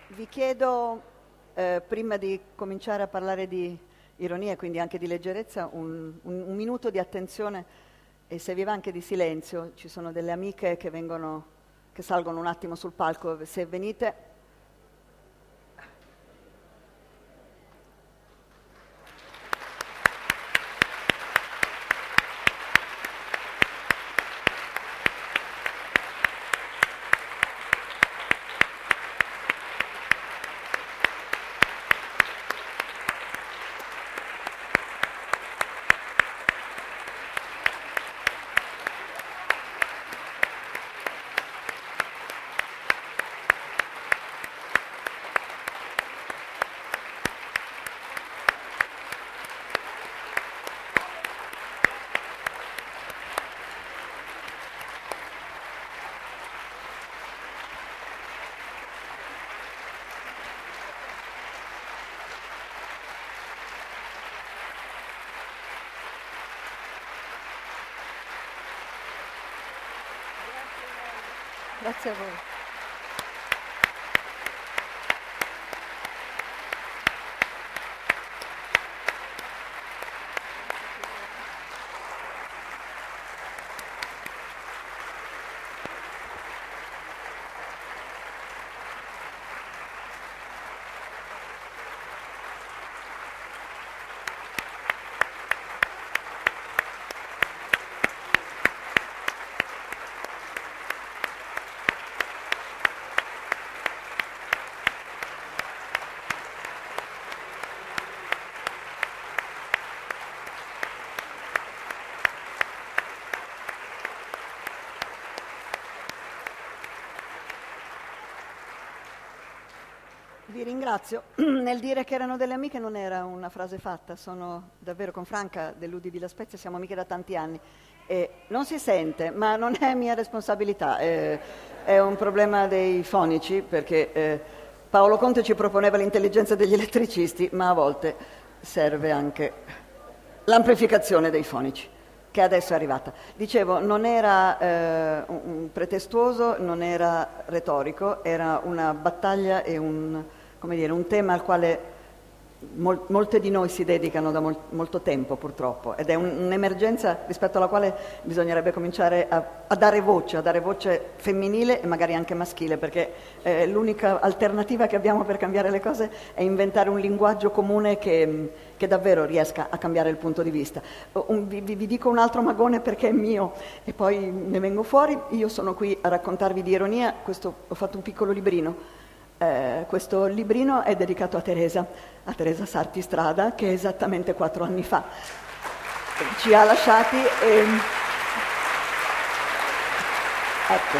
Vi chiedo, prima di cominciare a parlare di ironia e quindi anche di leggerezza, un minuto di attenzione e se vi va anche di silenzio. Ci sono delle amiche che salgono un attimo sul palco. Se venite. Grazie a voi. Vi ringrazio. Nel dire che erano delle amiche non era una frase fatta, sono davvero con Franca dell'Udi di La Spezia, siamo amiche da tanti anni. Non si sente, ma non è mia responsabilità, è un problema dei fonici, perché Paolo Conte ci proponeva l'intelligenza degli elettricisti, ma a volte serve anche l'amplificazione dei fonici, che adesso è arrivata. Dicevo, non era un pretestuoso, non era retorico, era una battaglia e un tema al quale molte di noi si dedicano da molto tempo, purtroppo, ed è un'emergenza rispetto alla quale bisognerebbe cominciare a dare voce femminile e magari anche maschile, perché l'unica alternativa che abbiamo per cambiare le cose è inventare un linguaggio comune che davvero riesca a cambiare il punto di vista. Vi dico un altro magone perché è mio e poi ne vengo fuori. Io sono qui a raccontarvi di ironia, ho fatto un piccolo librino. Questo librino è dedicato a Teresa Sarti Strada, che esattamente 4 anni fa ci ha lasciati ecco.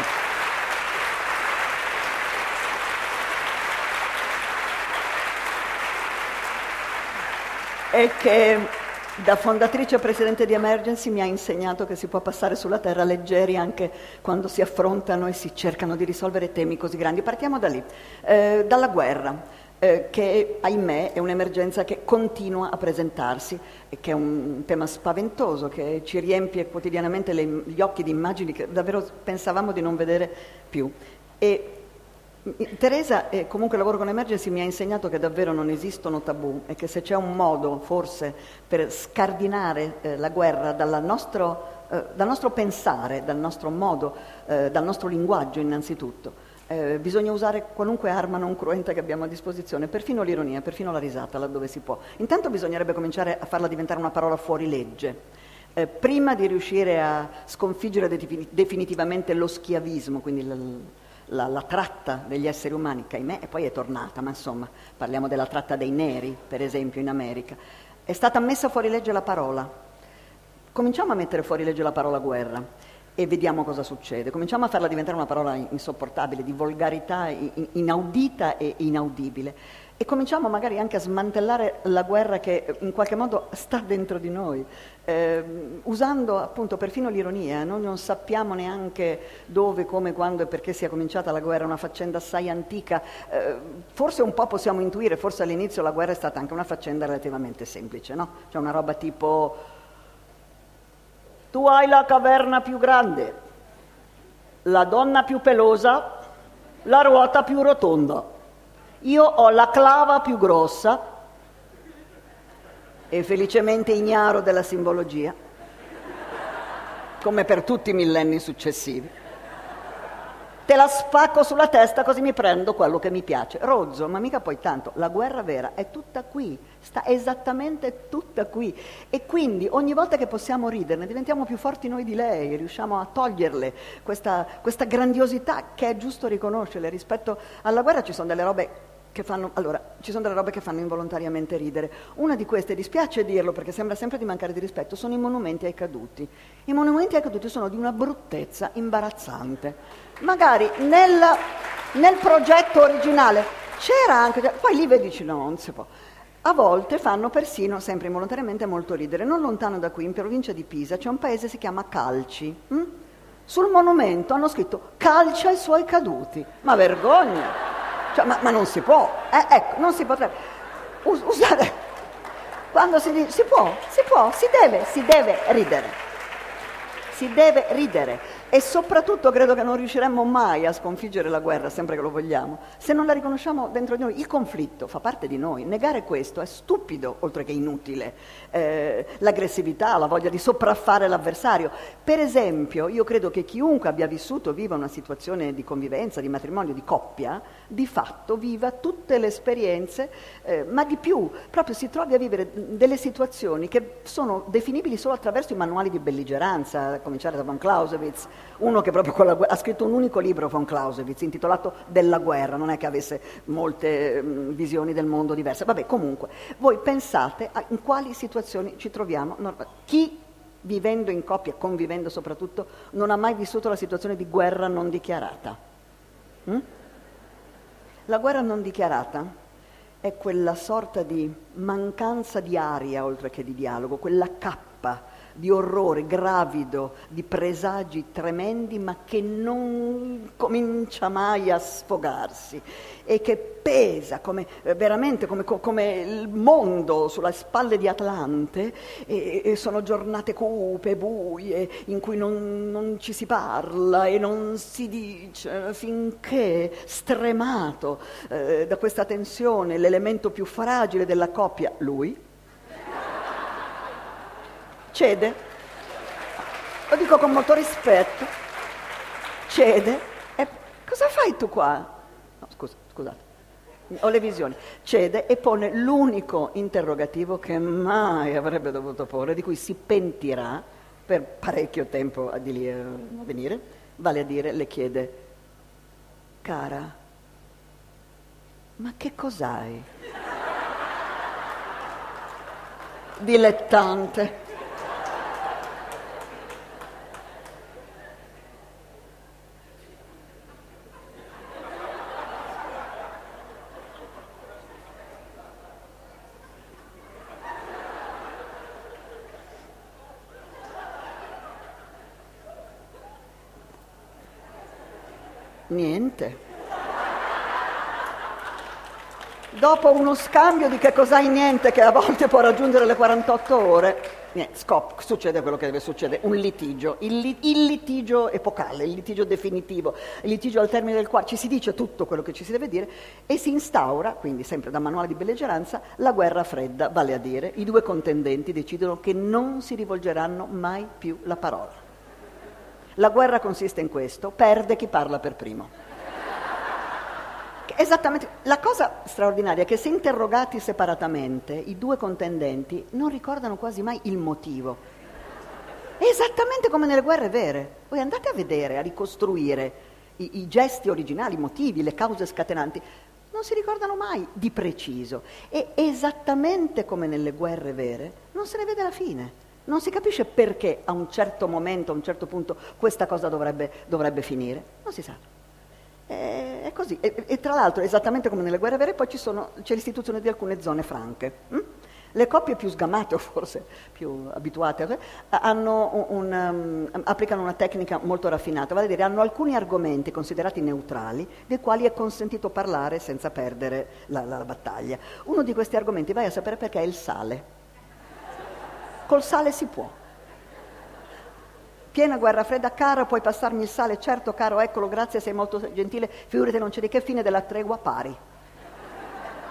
E che da fondatrice e presidente di Emergency mi ha insegnato che si può passare sulla terra leggeri anche quando si affrontano e si cercano di risolvere temi così grandi. Partiamo da lì, dalla guerra, che ahimè è un'emergenza che continua a presentarsi e che è un tema spaventoso che ci riempie quotidianamente gli occhi di immagini che davvero pensavamo di non vedere più. E Teresa, comunque lavoro con Emergency, mi ha insegnato che davvero non esistono tabù e che se c'è un modo forse per scardinare la guerra dal nostro pensare, dal nostro modo, dal nostro linguaggio innanzitutto, bisogna usare qualunque arma non cruenta che abbiamo a disposizione, perfino l'ironia, perfino la risata laddove si può. Intanto bisognerebbe cominciare a farla diventare una parola fuori legge. Prima di riuscire a sconfiggere definitivamente lo schiavismo, quindi la tratta degli esseri umani, che ahimè e poi è tornata, ma insomma parliamo della tratta dei neri, per esempio in America, è stata messa fuori legge la parola. Cominciamo a mettere fuori legge la parola guerra e vediamo cosa succede. Cominciamo a farla diventare una parola insopportabile, di volgarità inaudita e inaudibile, e cominciamo magari anche a smantellare la guerra che in qualche modo sta dentro di noi, usando appunto perfino l'ironia. Noi non sappiamo neanche dove, come, quando e perché sia cominciata la guerra, una faccenda assai antica. Forse un po' possiamo intuire, forse all'inizio la guerra è stata anche una faccenda relativamente semplice, no? Cioè una roba tipo: tu hai la caverna più grande, la donna più pelosa, la ruota più rotonda. Io ho la clava più grossa e felicemente ignaro della simbologia, come per tutti i millenni successivi. Te la spacco sulla testa così mi prendo quello che mi piace. Rozzo, ma mica poi tanto. La guerra vera è tutta qui, sta esattamente tutta qui. E quindi ogni volta che possiamo riderne diventiamo più forti noi di lei, riusciamo a toglierle questa grandiosità che è giusto riconoscerle. Rispetto alla guerra ci sono delle robe che fanno involontariamente ridere. Una di queste, dispiace dirlo perché sembra sempre di mancare di rispetto, sono i monumenti ai caduti. I monumenti ai caduti sono di una bruttezza imbarazzante. Magari nel progetto originale c'era anche, poi lì vedi, dici no, non si può. A volte fanno persino, sempre involontariamente, molto ridere. Non lontano da qui, in provincia di Pisa, c'è un paese che si chiama Calci. Sul monumento hanno scritto calcia i suoi caduti. Ma vergogna! Cioè, ma non si può, ecco, non si potrebbe usare, quando si dice si deve ridere e soprattutto credo che non riusciremmo mai a sconfiggere la guerra, sempre che lo vogliamo, se non la riconosciamo dentro di noi. Il conflitto fa parte di noi, negare questo è stupido oltre che inutile. L'aggressività, la voglia di sopraffare l'avversario. Per esempio, io credo che chiunque abbia vissuto, viva una situazione di convivenza, di matrimonio, di coppia, di fatto viva tutte le esperienze, ma di più, proprio si trovi a vivere delle situazioni che sono definibili solo attraverso i manuali di belligeranza, a cominciare da von Clausewitz, uno che proprio ha scritto un unico libro, von Clausewitz, intitolato Della guerra, non è che avesse molte visioni del mondo diverse. Vabbè, comunque, voi pensate in quali situazioni ci troviamo. Chi, vivendo in coppia, convivendo soprattutto, non ha mai vissuto la situazione di guerra non dichiarata? La guerra non dichiarata è quella sorta di mancanza di aria oltre che di dialogo, quella cappa di orrore gravido, di presagi tremendi, ma che non comincia mai a sfogarsi e che pesa veramente come il mondo sulle spalle di Atlante, e sono giornate cupe, buie, in cui non ci si parla e non si dice, finché, stremato da questa tensione, l'elemento più fragile della coppia, lui, cede, lo dico con molto rispetto, cede, e cosa fai tu qua? No, scusate, ho le visioni. Cede e pone l'unico interrogativo che mai avrebbe dovuto porre, di cui si pentirà per parecchio tempo di lì a venire, vale a dire, le chiede: cara, ma che cos'hai? Dilettante. Niente. Dopo uno scambio di che cos'hai niente, che a volte può raggiungere le 48 ore, succede quello che deve succedere, un litigio, il litigio epocale, il litigio definitivo, il litigio al termine del quale ci si dice tutto quello che ci si deve dire e si instaura, quindi sempre da manuale di belligeranza, la guerra fredda, vale a dire, i due contendenti decidono che non si rivolgeranno mai più la parola. La guerra consiste in questo: perde chi parla per primo. Esattamente, la cosa straordinaria è che se interrogati separatamente i due contendenti non ricordano quasi mai il motivo. È esattamente come nelle guerre vere. Voi andate a vedere, a ricostruire i gesti originali, i motivi, le cause scatenanti, non si ricordano mai di preciso. E esattamente come nelle guerre vere non se ne vede la fine. Non si capisce perché a un certo momento, a un certo punto, questa cosa dovrebbe finire. Non si sa. È così. E tra l'altro, esattamente come nelle guerre vere, poi c'è l'istituzione di alcune zone franche. Le coppie più sgamate, o forse più abituate, applicano una tecnica molto raffinata, vale a dire, hanno alcuni argomenti considerati neutrali, dei quali è consentito parlare senza perdere la battaglia. Uno di questi argomenti, vai a sapere perché, è il sale. Col sale si può. Piena guerra fredda: cara, puoi passarmi il sale? Certo, caro, eccolo, grazie, sei molto gentile, figurati, non c'è di che, fine della tregua, pari.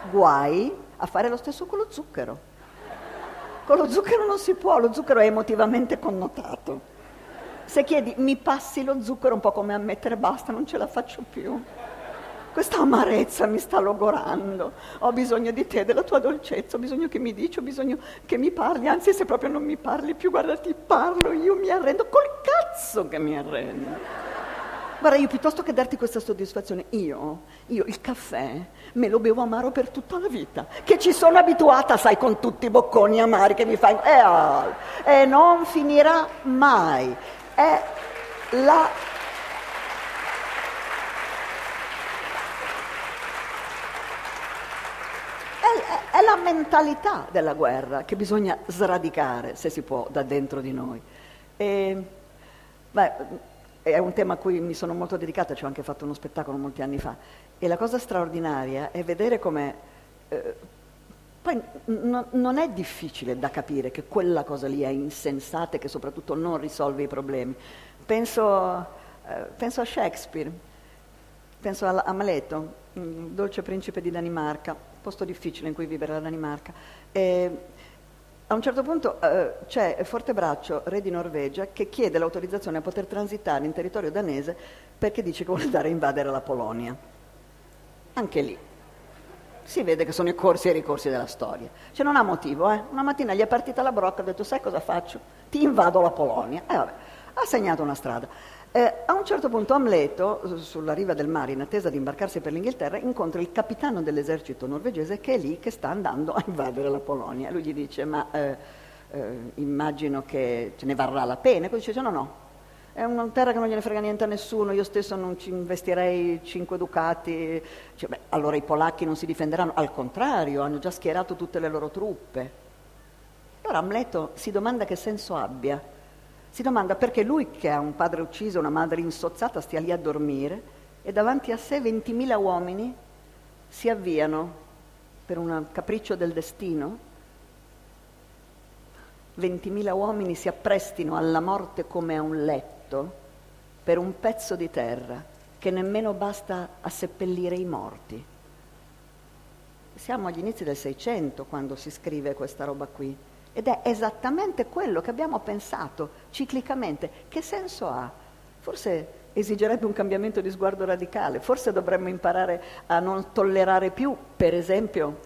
Guai a fare lo stesso con lo zucchero. Con lo zucchero non si può, lo zucchero è emotivamente connotato. Se chiedi mi passi lo zucchero, un po' come ammettere basta, non ce la faccio più. Questa amarezza mi sta logorando, ho bisogno di te, della tua dolcezza, ho bisogno che mi dici, ho bisogno che mi parli, anzi se proprio non mi parli più, guarda ti parlo, io mi arrendo, col cazzo che mi arrendo. Guarda, io piuttosto che darti questa soddisfazione, io il caffè me lo bevo amaro per tutta la vita, che ci sono abituata, sai, con tutti i bocconi amari che mi fai, e non finirà mai, è la... È la mentalità della guerra che bisogna sradicare, se si può, da dentro di noi. È un tema a cui mi sono molto dedicata, ci ho anche fatto uno spettacolo molti anni fa, e la cosa straordinaria è vedere come... poi non è difficile da capire che quella cosa lì è insensata e che soprattutto non risolve i problemi. Penso a Shakespeare, penso a Amleto, il dolce principe di Danimarca, posto difficile in cui vivere la Danimarca. A un certo punto c'è Fortebraccio, re di Norvegia, che chiede l'autorizzazione a poter transitare in territorio danese perché dice che vuole andare a invadere la Polonia. Anche lì si vede che sono i corsi e i ricorsi della storia. Cioè non ha motivo, Una mattina gli è partita la brocca, ha detto sai cosa faccio? Ti invado la Polonia. Vabbè, ha segnato una strada. A un certo punto Amleto, sulla riva del mare, in attesa di imbarcarsi per l'Inghilterra, incontra il capitano dell'esercito norvegese che è lì, che sta andando a invadere la Polonia. Lui gli dice, ma immagino che ce ne varrà la pena. E poi dice, no, è una terra che non gliene frega niente a nessuno, io stesso non ci investirei 5 ducati. Cioè, allora i polacchi non si difenderanno, al contrario, hanno già schierato tutte le loro truppe. Allora Amleto si domanda che senso abbia. Si domanda perché lui, che ha un padre ucciso, una madre insozzata, stia lì a dormire e davanti a sé 20.000 uomini si avviano per un capriccio del destino. 20.000 uomini si apprestino alla morte come a un letto per un pezzo di terra che nemmeno basta a seppellire i morti. Siamo agli inizi del Seicento quando si scrive questa roba qui. Ed è esattamente quello che abbiamo pensato ciclicamente. Che senso ha? Forse esigerebbe un cambiamento di sguardo radicale, forse dovremmo imparare a non tollerare più, per esempio,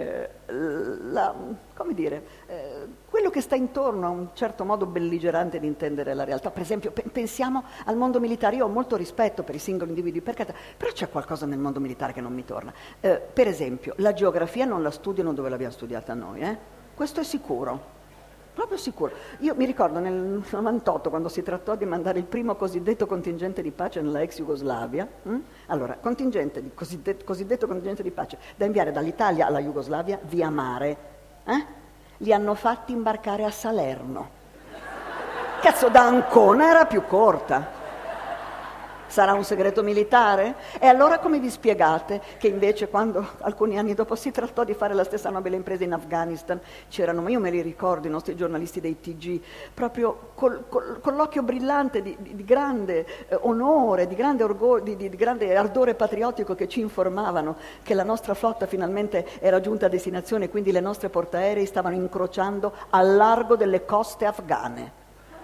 quello che sta intorno a un certo modo belligerante di intendere la realtà. Per esempio, pensiamo al mondo militare. Io ho molto rispetto per i singoli individui, per carità, però c'è qualcosa nel mondo militare che non mi torna. Per esempio, la geografia non la studiano dove l'abbiamo studiata noi, Questo è sicuro, proprio sicuro. Io mi ricordo nel 98, quando si trattò di mandare il primo cosiddetto contingente di pace nella ex Jugoslavia, allora, cosiddetto contingente di pace da inviare dall'Italia alla Jugoslavia via mare, li hanno fatti imbarcare a Salerno. Cazzo, da Ancona era più corta. Sarà un segreto militare? E allora come vi spiegate che invece quando alcuni anni dopo si trattò di fare la stessa nobile impresa in Afghanistan, c'erano, io me li ricordo, i nostri giornalisti dei TG, proprio con l'occhio brillante di grande onore, di grande orgoglio, di grande ardore patriottico, che ci informavano che la nostra flotta finalmente era giunta a destinazione e quindi le nostre portaerei stavano incrociando al largo delle coste afghane.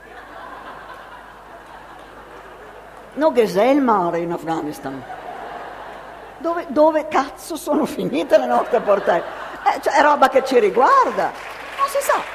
No, che c'è il mare in Afghanistan? Dove cazzo sono finite le nostre portaerei? Cioè, è roba che ci riguarda, non si sa.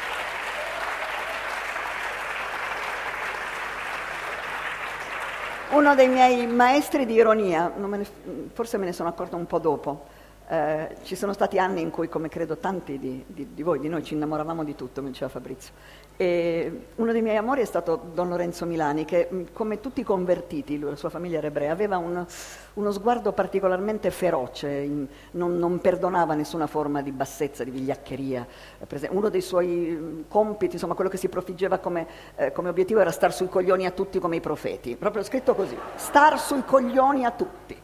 Uno dei miei maestri di ironia, forse me ne sono accorta un po' dopo, ci sono stati anni in cui, come credo tanti di voi, di noi, ci innamoravamo di tutto, mi diceva Fabrizio. E uno dei miei amori è stato Don Lorenzo Milani, che come tutti i convertiti, lui e la sua famiglia era ebrea, aveva uno sguardo particolarmente feroce, non perdonava nessuna forma di bassezza, di vigliaccheria. Uno dei suoi compiti, insomma quello che si profiggeva come obiettivo, era star sui coglioni a tutti come i profeti, proprio scritto così, star sui coglioni a tutti.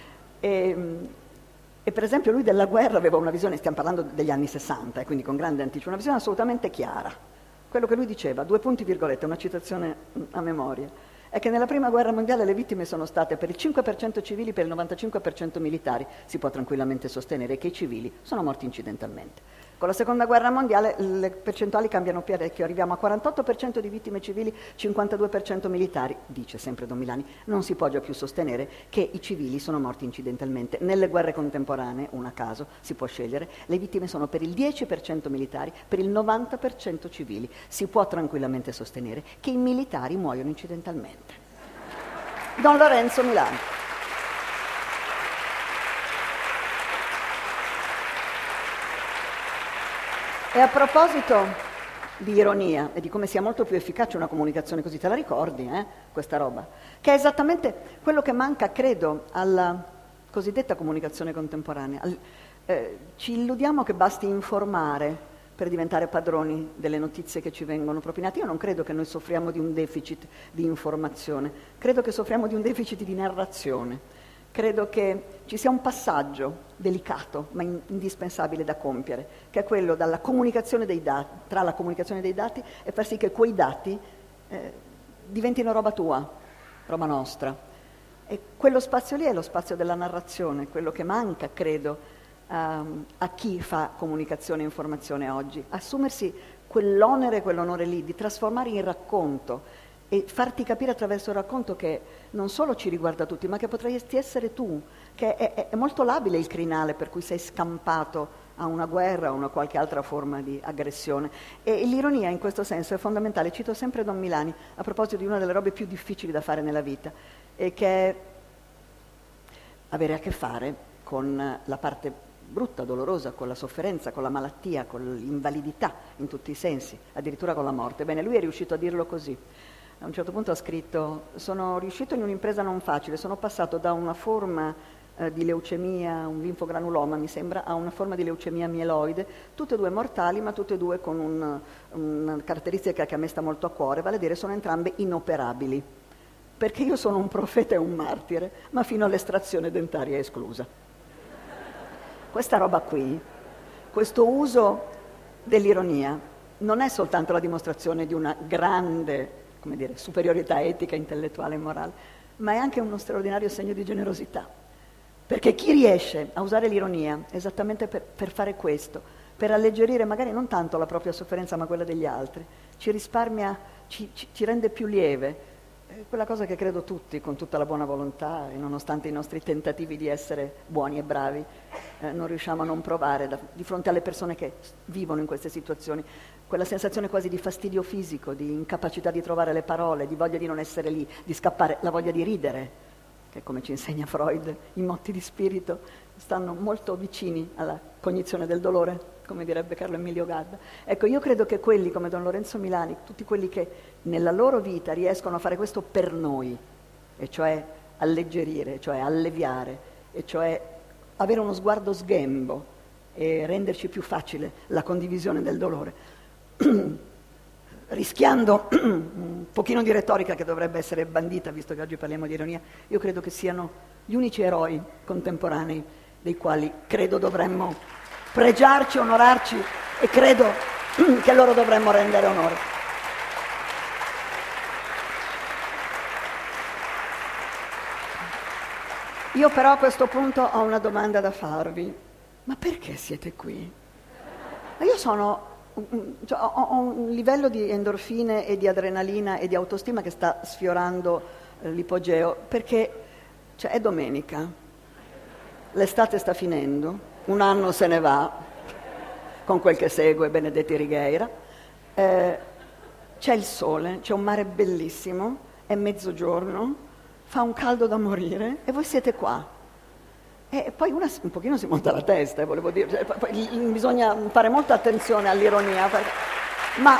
E per esempio lui della guerra aveva una visione, stiamo parlando degli anni 60, quindi con grande anticipo, una visione assolutamente chiara. Quello che lui diceva, 2 punti virgolette, una citazione a memoria, è che nella Prima Guerra Mondiale le vittime sono state per il 5% civili, per il 95% militari. Si può tranquillamente sostenere che i civili sono morti incidentalmente. Con la Seconda Guerra Mondiale le percentuali cambiano parecchio, arriviamo a 48% di vittime civili, 52% militari. Dice sempre Don Milani, non si può già più sostenere che i civili sono morti incidentalmente. Nelle guerre contemporanee, un a caso, si può scegliere, le vittime sono per il 10% militari, per il 90% civili. Si può tranquillamente sostenere che i militari muoiono incidentalmente. Don Lorenzo Milani. E a proposito di ironia e di come sia molto più efficace una comunicazione così, te la ricordi, questa roba? Che è esattamente quello che manca, credo, alla cosiddetta comunicazione contemporanea. Ci illudiamo che basti informare per diventare padroni delle notizie che ci vengono propinate. Io non credo che noi soffriamo di un deficit di informazione, credo che soffriamo di un deficit di narrazione. Credo che ci sia un passaggio delicato ma indispensabile da compiere, che è quello dalla comunicazione dei dati, tra la comunicazione dei dati e far sì che quei dati diventino roba tua, roba nostra. E quello spazio lì è lo spazio della narrazione, quello che manca, credo, a chi fa comunicazione e informazione oggi. Assumersi quell'onere e quell'onore lì di trasformare in racconto e farti capire attraverso il racconto che non solo ci riguarda tutti, ma che potresti essere tu, che è molto labile il crinale per cui sei scampato a una guerra o a una qualche altra forma di aggressione. E l'ironia in questo senso è fondamentale. Cito sempre Don Milani a proposito di una delle robe più difficili da fare nella vita, e che è avere a che fare con la parte brutta, dolorosa, con la sofferenza, con la malattia, con l'invalidità in tutti i sensi, addirittura con la morte. Bene, lui è riuscito a dirlo così. A un certo punto ha scritto: sono riuscito in un'impresa non facile, sono passato da una forma di leucemia, un linfogranuloma mi sembra, a una forma di leucemia mieloide, tutte e due mortali, ma tutte e due con una caratteristica che a me sta molto a cuore, vale a dire sono entrambe inoperabili, perché io sono un profeta e un martire, ma fino all'estrazione dentaria esclusa. Questa roba qui, questo uso dell'ironia, non è soltanto la dimostrazione di una grande, come dire, superiorità etica, intellettuale e morale, ma è anche uno straordinario segno di generosità. Perché chi riesce a usare l'ironia esattamente per fare questo, per alleggerire magari non tanto la propria sofferenza ma quella degli altri, ci risparmia, ci rende più lieve. Quella cosa che credo tutti, con tutta la buona volontà e nonostante i nostri tentativi di essere buoni e bravi, non riusciamo a non provare di fronte alle persone che vivono in queste situazioni, quella sensazione quasi di fastidio fisico, di incapacità di trovare le parole, di voglia di non essere lì, di scappare, la voglia di ridere, che come ci insegna Freud, i motti di spirito stanno molto vicini alla cognizione del dolore, come direbbe Carlo Emilio Gadda. Ecco, io credo che quelli come Don Lorenzo Milani, tutti quelli che nella loro vita riescono a fare questo per noi, e cioè alleggerire, cioè alleviare, e cioè avere uno sguardo sghembo e renderci più facile la condivisione del dolore, rischiando un pochino di retorica che dovrebbe essere bandita, visto che oggi parliamo di ironia, io credo che siano gli unici eroi contemporanei dei quali credo dovremmo pregiarci, onorarci, e credo che loro dovremmo rendere onore. Io però a questo punto ho una domanda da farvi. Ma perché siete qui? Io ho un livello di endorfine e di adrenalina e di autostima che sta sfiorando l'ipogeo, perché è domenica, l'estate sta finendo, un anno se ne va, con quel che segue Benedetti Righeira, c'è il sole, c'è un mare bellissimo, è mezzogiorno, fa un caldo da morire e voi siete qua. E poi un pochino si monta la testa, volevo dire, bisogna fare molta attenzione all'ironia, ma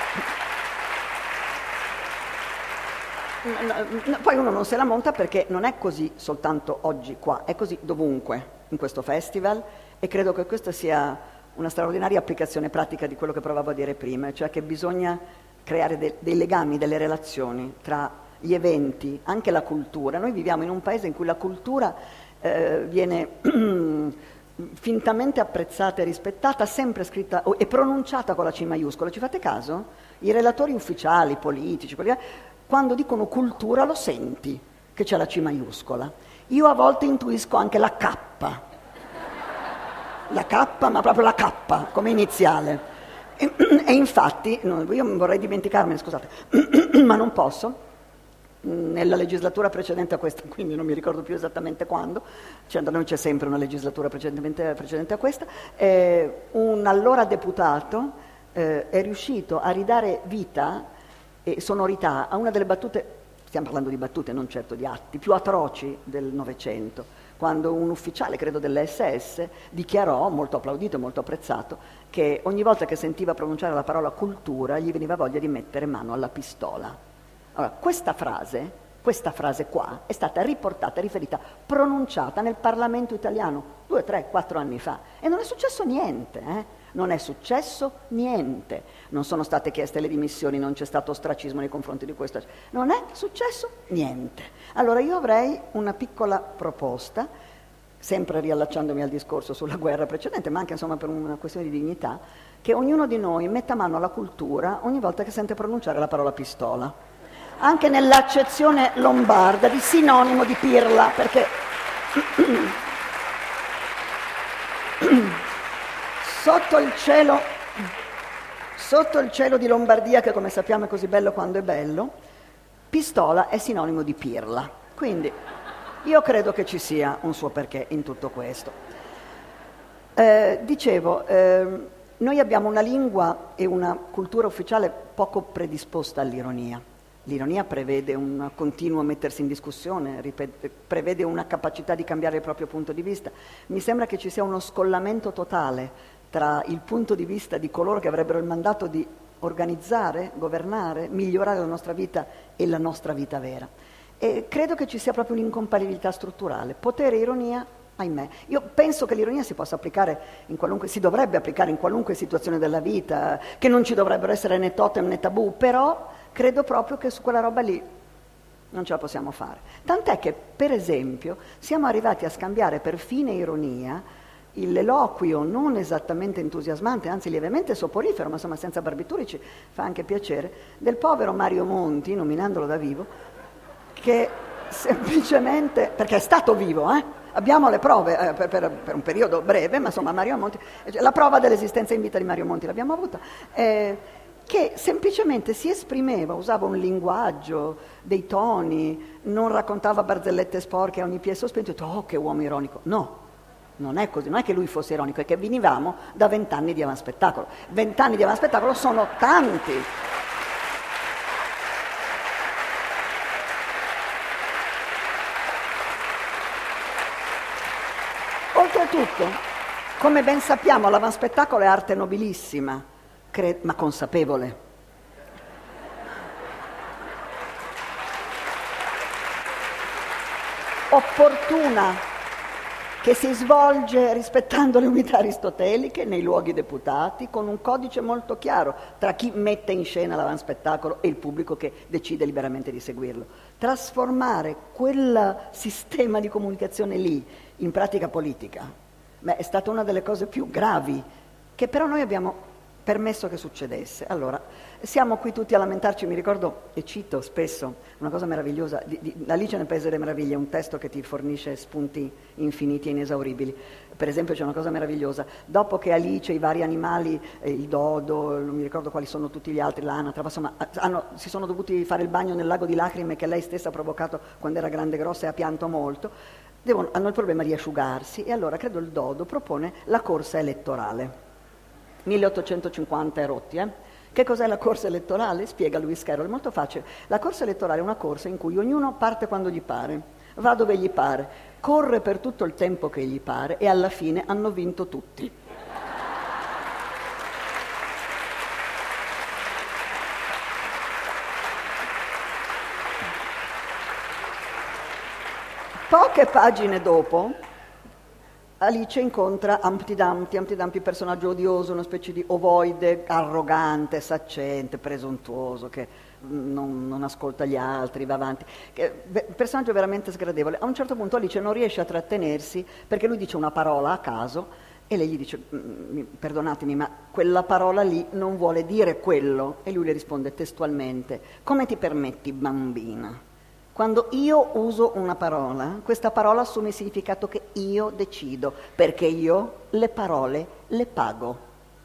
poi uno non se la monta perché non è così soltanto oggi qua, è così dovunque in questo festival, e credo che questa sia una straordinaria applicazione pratica di quello che provavo a dire prima, cioè che bisogna creare dei legami, delle relazioni tra gli eventi, anche la cultura. Noi viviamo in un paese in cui la cultura viene fintamente apprezzata e rispettata, sempre scritta e pronunciata con la C maiuscola. Ci fate caso? I relatori ufficiali, politici, quando dicono cultura lo senti che c'è la C maiuscola. Io a volte intuisco anche la K, ma proprio la K come iniziale. E infatti, io vorrei dimenticarmene, scusate, ma non posso. Nella legislatura precedente a questa, quindi non mi ricordo più esattamente quando, cioè da noi c'è sempre una legislatura precedente a questa, un allora deputato è riuscito a ridare vita e sonorità a una delle battute, stiamo parlando di battute, non certo di atti, più atroci del Novecento, quando un ufficiale, credo dell'SS, dichiarò, molto applaudito e molto apprezzato, che ogni volta che sentiva pronunciare la parola cultura gli veniva voglia di mettere mano alla pistola. Allora, questa frase qua è stata riportata, riferita, pronunciata nel Parlamento italiano 2, 3, 4 anni fa e non è successo niente, non è successo niente, non sono state chieste le dimissioni, non c'è stato ostracismo nei confronti di questo, non è successo niente. Allora io avrei una piccola proposta, sempre riallacciandomi al discorso sulla guerra precedente, ma anche insomma per una questione di dignità, che ognuno di noi metta mano alla cultura ogni volta che sente pronunciare la parola pistola. Anche nell'accezione lombarda di sinonimo di pirla, perché sotto il cielo di Lombardia, che come sappiamo è così bello quando è bello, pistola è sinonimo di pirla. Quindi io credo che ci sia un suo perché in tutto questo. Noi abbiamo una lingua e una cultura ufficiale poco predisposta all'ironia. L'ironia prevede un continuo mettersi in discussione, prevede una capacità di cambiare il proprio punto di vista. Mi sembra che ci sia uno scollamento totale tra il punto di vista di coloro che avrebbero il mandato di organizzare, governare, migliorare la nostra vita e la nostra vita vera. E credo che ci sia proprio un'incompatibilità strutturale. Potere e ironia, ahimè. Io penso che l'ironia si possa applicare si dovrebbe applicare in qualunque situazione della vita, che non ci dovrebbero essere né totem né tabù, però credo proprio che su quella roba lì non ce la possiamo fare. Tant'è che, per esempio, siamo arrivati a scambiare per fine ironia l'eloquio non esattamente entusiasmante, anzi lievemente soporifero, ma insomma senza barbiturici, fa anche piacere, del povero Mario Monti, nominandolo da vivo, che semplicemente, perché è stato vivo, abbiamo le prove per un periodo breve, ma insomma Mario Monti, la prova dell'esistenza in vita di Mario Monti l'abbiamo avuta, che semplicemente si esprimeva, usava un linguaggio, dei toni, non raccontava barzellette sporche a ogni piè sospinto, e ho detto, oh che uomo ironico. No, non è così, non è che lui fosse ironico, è che venivamo da 20 anni di avanspettacolo. 20 anni di avanspettacolo sono tanti. Oltretutto, come ben sappiamo, l'avanspettacolo è arte nobilissima, ma consapevole. Opportuna, che si svolge rispettando le unità aristoteliche nei luoghi deputati, con un codice molto chiaro tra chi mette in scena l'avanspettacolo e il pubblico che decide liberamente di seguirlo. Trasformare quel sistema di comunicazione lì in pratica politica, è stata una delle cose più gravi, che però noi abbiamo permesso che succedesse. Allora, siamo qui tutti a lamentarci, mi ricordo e cito spesso una cosa meravigliosa, di Alice nel Paese delle Meraviglie, un testo che ti fornisce spunti infiniti e inesauribili. Per esempio c'è una cosa meravigliosa, dopo che Alice, i vari animali, il dodo, non mi ricordo quali sono tutti gli altri, l'anatra, insomma, si sono dovuti fare il bagno nel lago di lacrime che lei stessa ha provocato quando era grande e grossa e ha pianto molto, hanno il problema di asciugarsi, e allora credo il dodo propone la corsa elettorale. 1850 e rotti, Che cos'è la corsa elettorale? Spiega Lewis Carroll, è molto facile. La corsa elettorale è una corsa in cui ognuno parte quando gli pare, va dove gli pare, corre per tutto il tempo che gli pare e alla fine hanno vinto tutti. Poche pagine dopo, Alice incontra Humpty Dumpty, personaggio odioso, una specie di ovoide, arrogante, saccente, presuntuoso, che non ascolta gli altri, va avanti. Personaggio veramente sgradevole. A un certo punto Alice non riesce a trattenersi perché lui dice una parola a caso E lei gli dice, perdonatemi, ma quella parola lì non vuole dire quello. E lui le risponde testualmente, come ti permetti, bambina? Quando io uso una parola, questa parola assume il significato che io decido, perché io le parole le pago.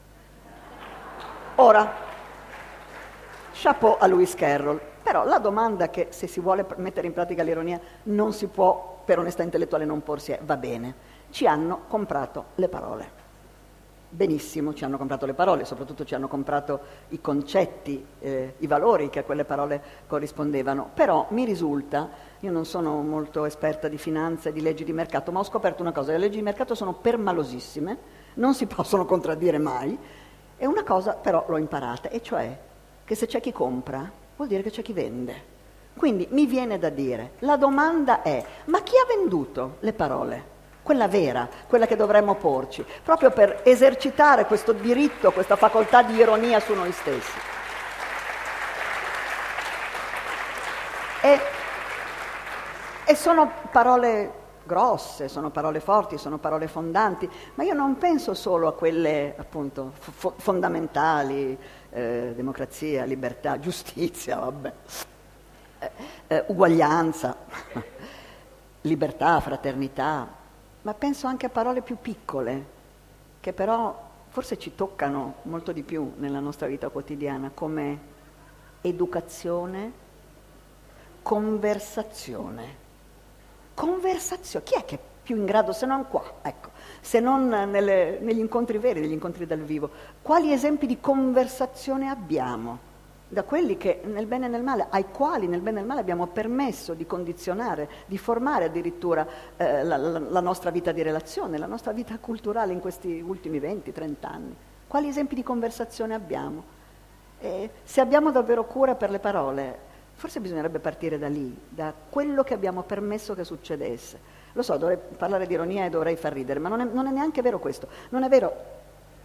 Ora, chapeau a Lewis Carroll, però la domanda che, se si vuole mettere in pratica l'ironia, non si può per onestà intellettuale non porsi è, va bene, ci hanno comprato le parole. Benissimo, ci hanno comprato le parole, soprattutto ci hanno comprato i concetti, i valori che a quelle parole corrispondevano. Però mi risulta, io non sono molto esperta di finanza e di leggi di mercato, ma ho scoperto una cosa, le leggi di mercato sono permalosissime, non si possono contraddire mai, e una cosa però l'ho imparata, e cioè che se c'è chi compra, vuol dire che c'è chi vende. Quindi mi viene da dire, la domanda è, ma chi ha venduto le parole? Quella vera, quella che dovremmo porci, proprio per esercitare questo diritto, questa facoltà di ironia su noi stessi. E sono parole grosse, sono parole forti, sono parole fondanti, ma io non penso solo a quelle appunto fondamentali, democrazia, libertà, giustizia, vabbè. Uguaglianza, libertà, fraternità, ma penso anche a parole più piccole, che però forse ci toccano molto di più nella nostra vita quotidiana, come educazione, conversazione. Conversazione, chi è che è più in grado, se non qua, ecco, se non negli incontri veri, negli incontri dal vivo, quali esempi di conversazione abbiamo? Da quelli che nel bene e nel male, ai quali nel bene e nel male abbiamo permesso di condizionare, di formare addirittura la nostra vita di relazione, la nostra vita culturale in questi ultimi 20-30 anni. Quali esempi di conversazione abbiamo? E se abbiamo davvero cura per le parole, forse bisognerebbe partire da lì, da quello che abbiamo permesso che succedesse. Lo so, dovrei parlare di ironia e dovrei far ridere, ma non è neanche vero questo. Non è vero.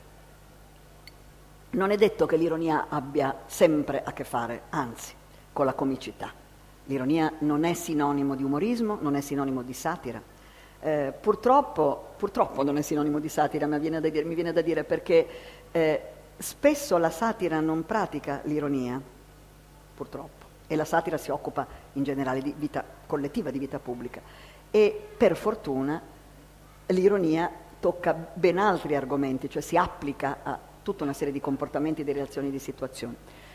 Non è detto che l'ironia abbia sempre a che fare, anzi, con la comicità. L'ironia non è sinonimo di umorismo, non è sinonimo di satira. Purtroppo non è sinonimo di satira, ma mi viene da dire perché spesso la satira non pratica l'ironia, purtroppo, e la satira si occupa in generale di vita collettiva, di vita pubblica. E per fortuna l'ironia tocca ben altri argomenti, cioè si applica a tutta una serie di comportamenti, di relazioni, di situazioni.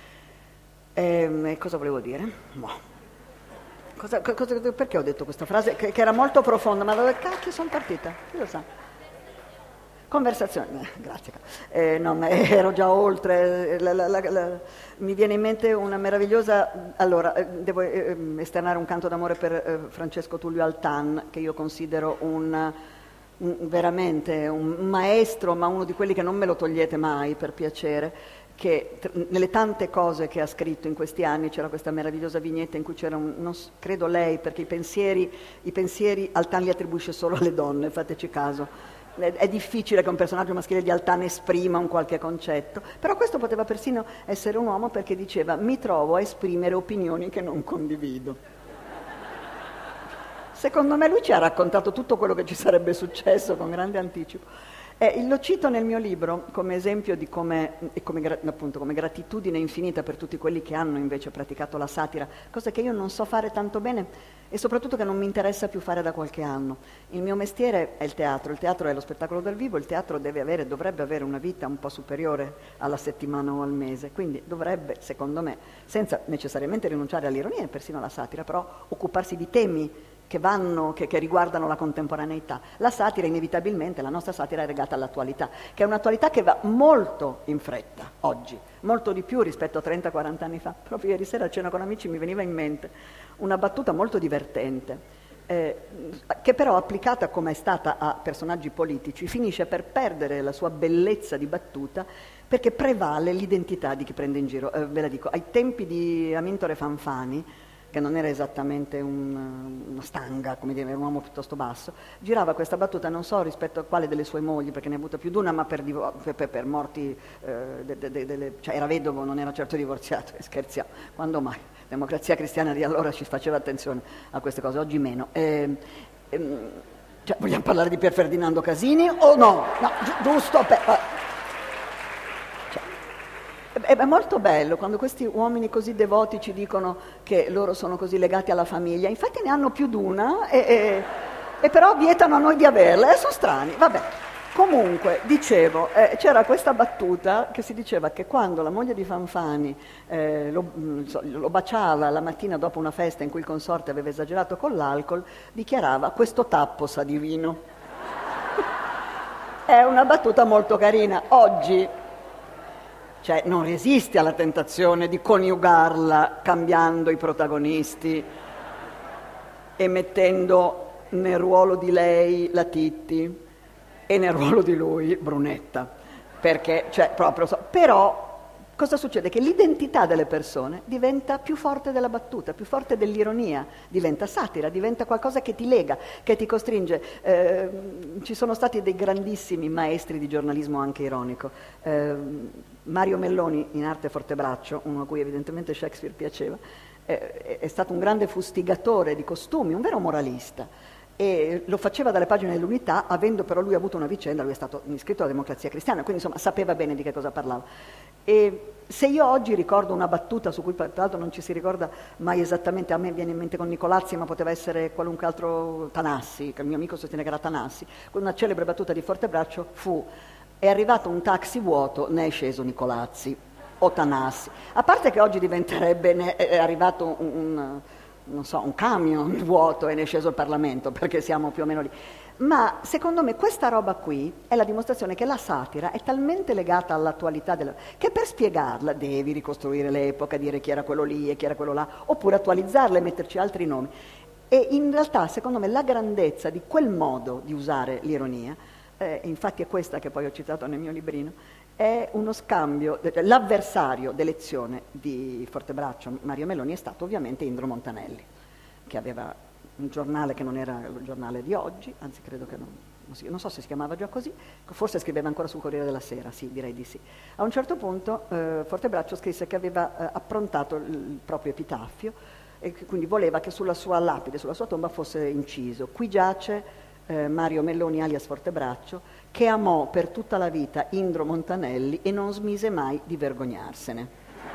Cosa volevo dire? Perché ho detto questa frase che era molto profonda, ma dove cacchio sono partita? Chi lo sa? Conversazione, grazie. No, ma ero già oltre. Mi viene in mente una meravigliosa. Allora, devo esternare un canto d'amore per Francesco Tullio Altan, che io considero veramente un maestro, ma uno di quelli che non me lo togliete mai, per piacere, che nelle tante cose che ha scritto in questi anni c'era questa meravigliosa vignetta in cui c'era credo lei, perché i pensieri Altan li attribuisce solo alle donne, fateci caso. È difficile che un personaggio maschile di Altan esprima un qualche concetto, però questo poteva persino essere un uomo, perché diceva: mi trovo a esprimere opinioni che non condivido. Secondo me lui ci ha raccontato tutto quello che ci sarebbe successo con grande anticipo. Lo cito nel mio libro come esempio di come gratitudine infinita per tutti quelli che hanno invece praticato la satira, cosa che io non so fare tanto bene e soprattutto che non mi interessa più fare da qualche anno. Il mio mestiere è il teatro è lo spettacolo dal vivo, il teatro dovrebbe avere una vita un po' superiore alla settimana o al mese, quindi dovrebbe, secondo me, senza necessariamente rinunciare all'ironia e persino alla satira, però occuparsi di temi che riguardano la contemporaneità. La satira, inevitabilmente, la nostra satira è legata all'attualità, che è un'attualità che va molto in fretta oggi, molto di più rispetto a 30-40 anni fa. Proprio ieri sera a cena con amici mi veniva in mente una battuta molto divertente, che però applicata come è stata a personaggi politici finisce per perdere la sua bellezza di battuta, perché prevale l'identità di chi prende in giro. Ve la dico, ai tempi di Amintore Fanfani, che non era esattamente una stanga, come dire, era un uomo piuttosto basso, girava questa battuta, non so rispetto a quale delle sue mogli, perché ne ha avuta più di una, ma per morti, cioè era vedovo, non era certo divorziato, scherziamo, quando mai? Democrazia Cristiana di allora ci faceva attenzione a queste cose, oggi meno. Cioè, vogliamo parlare di Pier Ferdinando Casini o no? No, giusto per... È molto bello quando questi uomini così devoti ci dicono che loro sono così legati alla famiglia, infatti ne hanno più di una e però vietano a noi di averla, e sono strani, vabbè. Comunque, dicevo, c'era questa battuta che si diceva che quando la moglie di Fanfani lo baciava la mattina dopo una festa in cui il consorte aveva esagerato con l'alcol, dichiarava: questo tappo sa di vino. È una battuta molto carina. Oggi, cioè, non resisti alla tentazione di coniugarla cambiando i protagonisti e mettendo nel ruolo di lei la Titti e nel ruolo di lui Brunetta, perché, cioè, proprio però cosa succede? Che l'identità delle persone diventa più forte della battuta, più forte dell'ironia, diventa satira, diventa qualcosa che ti lega, che ti costringe. Ci sono stati dei grandissimi maestri di giornalismo anche ironico. Mario Melloni in Arte Fortebraccio, uno a cui evidentemente Shakespeare piaceva, è stato un grande fustigatore di costumi, un vero moralista. E lo faceva dalle pagine dell'Unità, avendo però lui avuto una vicenda, lui è stato iscritto alla Democrazia Cristiana, quindi insomma sapeva bene di che cosa parlava. E se io oggi ricordo una battuta su cui tra l'altro non ci si ricorda mai esattamente, a me viene in mente con Nicolazzi, ma poteva essere qualunque altro, Tanassi, che il mio amico sostiene che era Tanassi, una celebre battuta di Fortebraccio fu: è arrivato un taxi vuoto, ne è sceso Nicolazzi o Tanassi. A parte che oggi diventerebbe, è arrivato non so, un camion vuoto e ne è sceso il Parlamento, perché siamo più o meno lì. Ma secondo me questa roba qui è la dimostrazione che la satira è talmente legata all'attualità che per spiegarla devi ricostruire l'epoca, dire chi era quello lì e chi era quello là, oppure attualizzarla e metterci altri nomi. E in realtà, secondo me, la grandezza di quel modo di usare l'ironia, infatti è questa che poi ho citato nel mio librino, è uno scambio. L'avversario d'elezione di Fortebraccio, Mario Melloni, è stato ovviamente Indro Montanelli, che aveva un giornale che non era il giornale di oggi, anzi credo che non so se si chiamava già così, forse scriveva ancora sul Corriere della Sera, sì, direi di sì. A un certo punto Fortebraccio scrisse che aveva approntato il proprio epitaffio e che quindi voleva che sulla sua lapide, sulla sua tomba fosse inciso: qui giace Mario Melloni alias Fortebraccio, che amò per tutta la vita Indro Montanelli e non smise mai di vergognarsene.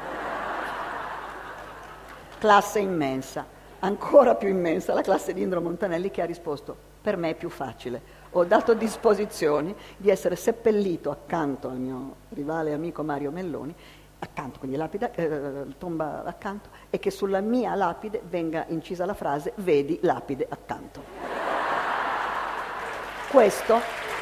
Classe immensa, ancora più immensa la classe di Indro Montanelli, che ha risposto: per me è più facile, ho dato disposizioni di essere seppellito accanto al mio rivale e amico Mario Melloni, accanto, quindi tomba accanto, e che sulla mia lapide venga incisa la frase: vedi lapide accanto. Questo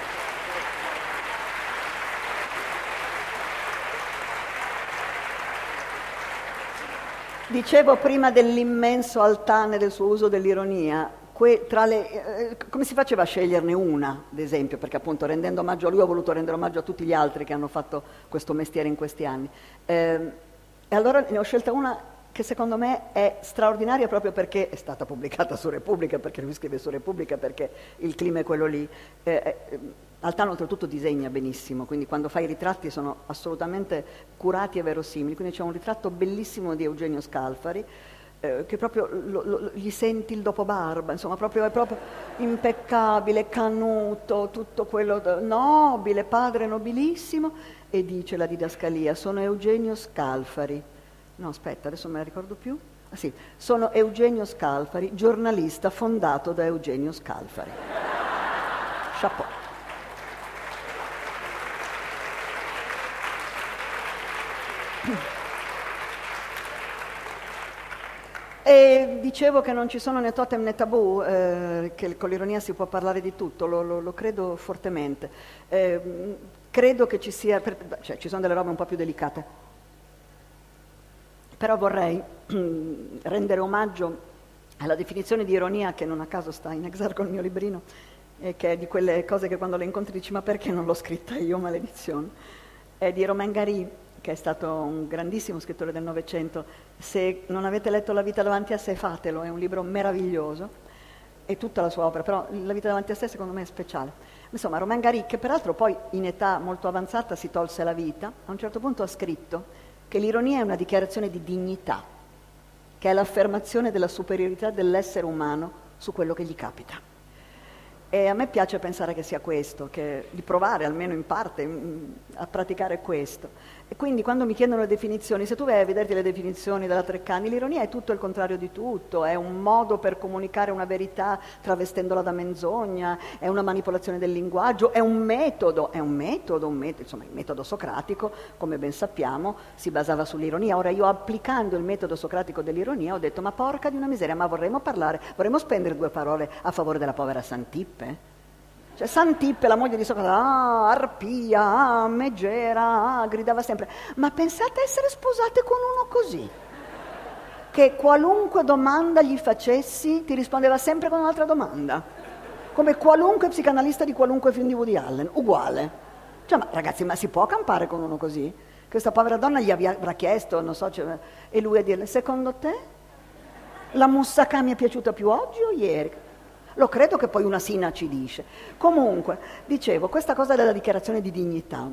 dicevo prima dell'immenso altane del suo uso dell'ironia. Come si faceva a sceglierne una, ad esempio, perché appunto rendendo omaggio a lui ho voluto rendere omaggio a tutti gli altri che hanno fatto questo mestiere in questi anni. E allora ne ho scelta una che secondo me è straordinaria proprio perché è stata pubblicata su Repubblica, perché lui scrive su Repubblica, perché il clima è quello lì. Altano oltretutto disegna benissimo, quindi quando fa i ritratti sono assolutamente curati e verosimili. Quindi c'è un ritratto bellissimo di Eugenio Scalfari, che proprio gli senti il dopobarba, insomma è proprio impeccabile, canuto, tutto quello nobile, padre nobilissimo, e dice la didascalia: sono Eugenio Scalfari. No, aspetta, adesso me la ricordo più. Ah, sì, sono Eugenio Scalfari, giornalista fondato da Eugenio Scalfari. Chapeau. E dicevo che non ci sono né totem né tabù, che con l'ironia si può parlare di tutto, lo credo fortemente. Credo che ci sia, cioè ci sono delle robe un po' più delicate. Però vorrei rendere omaggio alla definizione di ironia, che non a caso sta in exergo il mio librino, e che è di quelle cose che quando le incontri dici: ma perché non l'ho scritta io, maledizione? È di Romain Gary, che è stato un grandissimo scrittore del Novecento. Se non avete letto La vita davanti a sé, fatelo, è un libro meraviglioso, e tutta la sua opera, però La vita davanti a sé secondo me è speciale. Insomma, Romain Gary, che peraltro poi in età molto avanzata si tolse la vita, a un certo punto ha scritto che l'ironia è una dichiarazione di dignità, che è l'affermazione della superiorità dell'essere umano su quello che gli capita. E a me piace pensare che sia questo, di provare almeno in parte a praticare questo. E quindi quando mi chiedono le definizioni, se tu vai a vederti le definizioni della Treccani, l'ironia è tutto il contrario di tutto, è un modo per comunicare una verità travestendola da menzogna, è una manipolazione del linguaggio, è un metodo, insomma il metodo socratico, come ben sappiamo, si basava sull'ironia. Ora io applicando il metodo socratico dell'ironia ho detto, ma porca di una miseria, ma vorremmo spendere 2 parole a favore della povera Santippe? Cioè Santippe, la moglie di Socrate, arpia, megera, gridava sempre. Ma pensate a essere sposate con uno così? Che qualunque domanda gli facessi ti rispondeva sempre con un'altra domanda. Come qualunque psicanalista di qualunque film di Woody Allen, uguale. Cioè, ma ragazzi, ma si può campare con uno così? Questa povera donna gli avrà chiesto, non so, e lui a dirle, secondo te la moussaka mi è piaciuta più oggi o ieri? Lo credo che poi una si inacidisce. Comunque, dicevo, questa cosa della dichiarazione di dignità,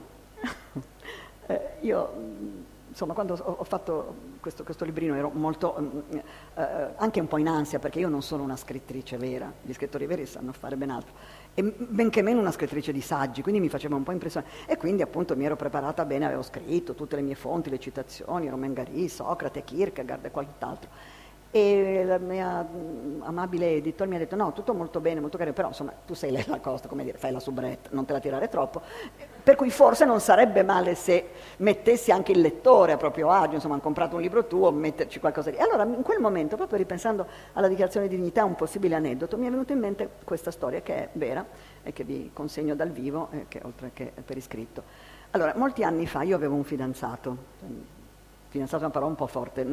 io, insomma, quando ho fatto questo librino ero molto, anche un po' in ansia, perché io non sono una scrittrice vera, gli scrittori veri sanno fare ben altro, e benché meno una scrittrice di saggi, quindi mi faceva un po' impressione, e quindi appunto mi ero preparata bene, avevo scritto tutte le mie fonti, le citazioni, Romain Gary, Socrate, Kierkegaard e quant'altro. E la mia amabile editor mi ha detto no, tutto molto bene, molto carino, però insomma tu sei Lella Costa, come dire, fai la soubrette, non te la tirare troppo, per cui forse non sarebbe male se mettessi anche il lettore a proprio agio, insomma hanno comprato un libro tuo, metterci qualcosa di... Allora in quel momento, proprio ripensando alla dichiarazione di dignità, un possibile aneddoto, mi è venuta in mente questa storia che è vera e che vi consegno dal vivo, che oltre che per iscritto. Allora, molti anni fa io avevo un fidanzato è una parola un po' forte,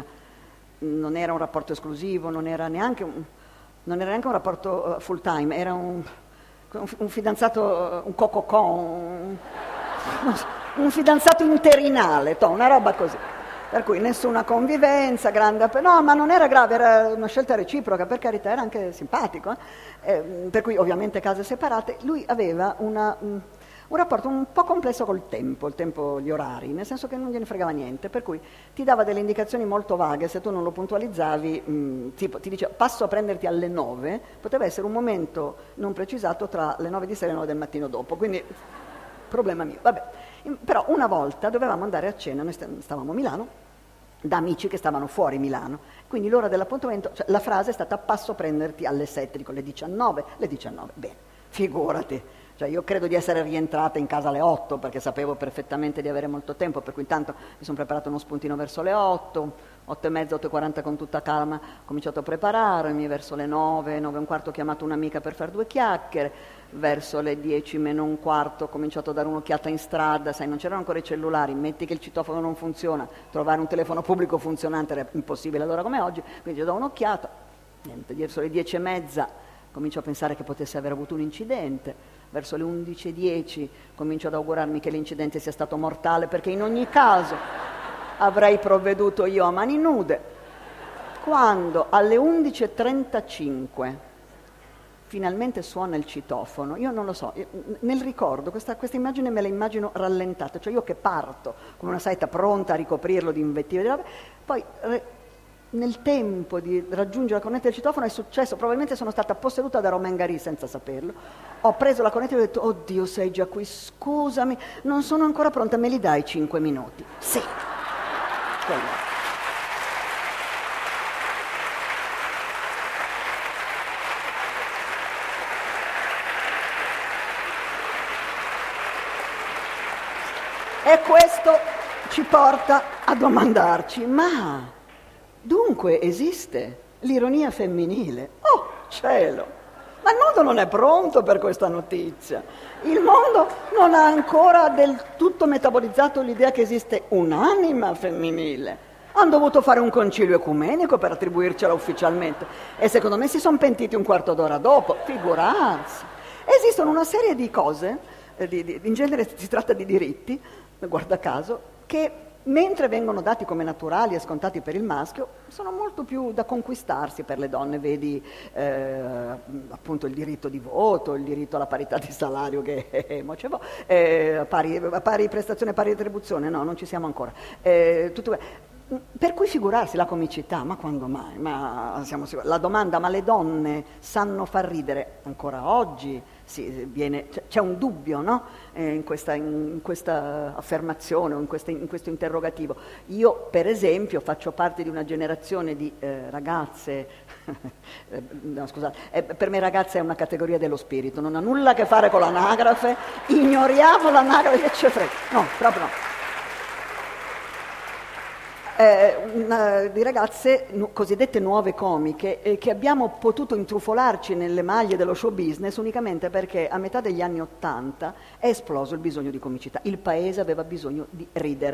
non era un rapporto esclusivo, non era neanche un rapporto full time, era un fidanzato, un cococon, un fidanzato interinale, una roba così. Per cui nessuna convivenza, no, ma non era grave, era una scelta reciproca, per carità, era anche simpatico. Per cui ovviamente case separate. Lui aveva un rapporto un po' complesso col tempo, gli orari, nel senso che non gliene fregava niente, per cui ti dava delle indicazioni molto vaghe, se tu non lo puntualizzavi, tipo ti diceva passo a prenderti alle 9, poteva essere un momento non precisato tra le 9 di sera e le 9 del mattino dopo, quindi problema mio. Vabbè. Però una volta dovevamo andare a cena, noi stavamo a Milano, da amici che stavano fuori Milano, quindi l'ora dell'appuntamento, cioè la frase è stata passo a prenderti alle 7, dico le 19, bene, figurati. Cioè io credo di essere rientrata in casa alle 8 perché sapevo perfettamente di avere molto tempo, per cui intanto mi sono preparato uno spuntino verso le 8, 8 e mezza, 8:40 con tutta calma, ho cominciato a prepararmi, verso le 9, 9 e un quarto ho chiamato un'amica per fare 2 chiacchiere, verso le 10 meno un quarto ho cominciato a dare un'occhiata in strada, sai non c'erano ancora i cellulari, metti che il citofono non funziona, trovare un telefono pubblico funzionante era impossibile allora come oggi, quindi ho dato un'occhiata, niente, verso le 10 e mezza comincio a pensare che potesse aver avuto un incidente. Verso le 11:10 comincio ad augurarmi che l'incidente sia stato mortale, perché in ogni caso avrei provveduto io a mani nude. Quando alle 11:35 finalmente suona il citofono, io non lo so, nel ricordo questa immagine me la immagino rallentata, cioè io che parto con una saetta pronta a ricoprirlo di invettive, poi nel tempo di raggiungere la cornetta del citofono è successo, probabilmente sono stata posseduta da Romain Gary senza saperlo, ho preso la cornetta e ho detto oddio sei già qui, scusami, non sono ancora pronta, me li dai 5 minuti? Sì. Quello. E questo ci porta a domandarci, ma dunque esiste l'ironia femminile? Oh, cielo! Ma il mondo non è pronto per questa notizia. Il mondo non ha ancora del tutto metabolizzato l'idea che esiste un'anima femminile. Hanno dovuto fare un concilio ecumenico per attribuircela ufficialmente e secondo me si sono pentiti un quarto d'ora dopo, figurarsi. Esistono una serie di cose, in genere si tratta di diritti, guarda caso, che mentre vengono dati come naturali e scontati per il maschio, sono molto più da conquistarsi per le donne, vedi appunto il diritto di voto, il diritto alla parità di salario, che pari prestazione, pari retribuzione, no, non ci siamo ancora. Per cui figurarsi la comicità, ma quando mai? Ma siamo sicuri. La domanda, ma le donne sanno far ridere? Ancora oggi c'è un dubbio, no? In questa affermazione o in questo interrogativo. Io, per esempio, faccio parte di una generazione di ragazze, no, scusate, per me ragazza è una categoria dello spirito, non ha nulla a che fare con l'anagrafe, ignoriamo l'anagrafe, che ce frega. No, proprio no. Di ragazze cosiddette nuove comiche che abbiamo potuto intrufolarci nelle maglie dello show business unicamente perché a metà degli anni '80 è esploso il bisogno di comicità. Il paese aveva bisogno di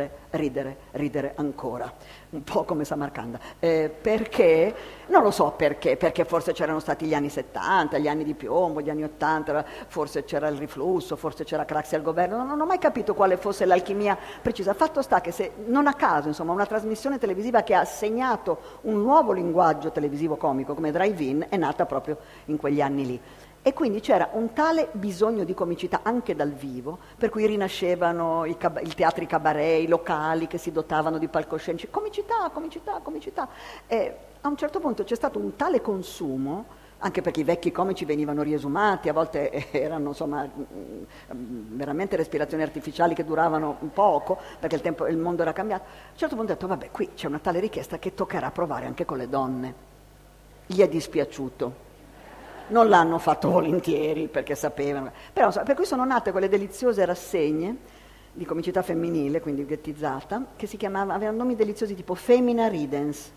ridere ancora, un po' come Samarcanda. Perché? Non lo so perché forse c'erano stati gli anni '70, gli anni di piombo, gli anni '80, forse c'era il riflusso, forse c'era Craxi al governo, non ho mai capito quale fosse l'alchimia precisa. Fatto sta che se non a caso, insomma, una trasmissione televisiva che ha segnato un nuovo linguaggio televisivo comico come Drive-In è nata proprio in quegli anni lì. E quindi c'era un tale bisogno di comicità anche dal vivo, per cui rinascevano i teatri cabaret, i locali che si dotavano di palcoscenici. Comicità. E a un certo punto c'è stato un tale consumo, anche perché i vecchi comici venivano riesumati, a volte erano insomma veramente respirazioni artificiali che duravano poco, perché il mondo era cambiato. A un certo punto ho detto, vabbè, qui c'è una tale richiesta che toccherà provare anche con le donne. Gli è dispiaciuto. Non l'hanno fatto volentieri, perché sapevano. Però, insomma, per cui sono nate quelle deliziose rassegne di comicità femminile, quindi ghettizzata, che avevano nomi deliziosi tipo Femina Ridens,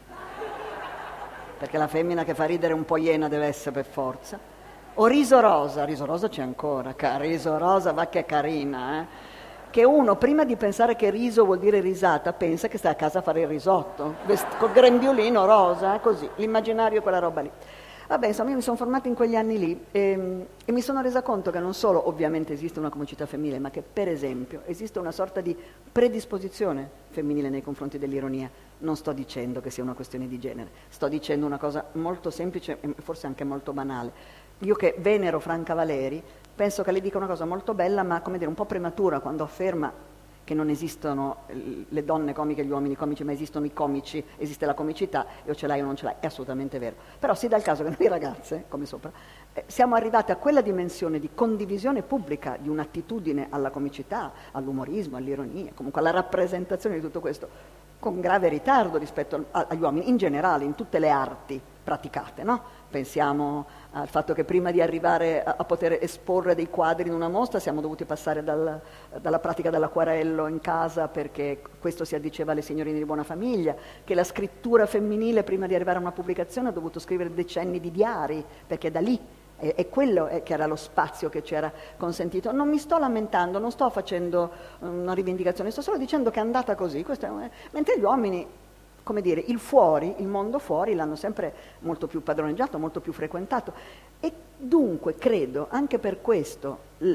perché la femmina che fa ridere un po' iena deve essere per forza, o Riso Rosa c'è ancora, Riso Rosa va che è carina, che uno prima di pensare che riso vuol dire risata pensa che stai a casa a fare il risotto, col grembiulino rosa, così, l'immaginario è quella roba lì. Vabbè, insomma, io mi sono formata in quegli anni lì e mi sono resa conto che non solo ovviamente esiste una comicità femminile, ma che per esempio esiste una sorta di predisposizione femminile nei confronti dell'ironia. Non sto dicendo che sia una questione di genere, sto dicendo una cosa molto semplice e forse anche molto banale. Io che venero Franca Valeri, penso che lei dica una cosa molto bella, ma come dire un po' prematura, quando afferma che non esistono le donne comiche e gli uomini comici, ma esistono i comici, esiste la comicità, e o ce l'hai o non ce l'hai, è assolutamente vero. Però si dà il caso che noi ragazze, come sopra, siamo arrivate a quella dimensione di condivisione pubblica di un'attitudine alla comicità, all'umorismo, all'ironia, comunque alla rappresentazione di tutto questo, con grave ritardo rispetto agli uomini, in generale, in tutte le arti praticate, no? Pensiamo al fatto che prima di arrivare a poter esporre dei quadri in una mostra siamo dovuti passare dalla pratica dell'acquarello in casa, perché questo si addiceva alle signorine di buona famiglia, che la scrittura femminile prima di arrivare a una pubblicazione ha dovuto scrivere decenni di diari, perché da lì è quello che era lo spazio che ci era consentito. Non mi sto lamentando, non sto facendo una rivendicazione, sto solo dicendo che è andata così, mentre gli uomini, come dire, il mondo fuori l'hanno sempre molto più padroneggiato, molto più frequentato, e dunque credo anche per questo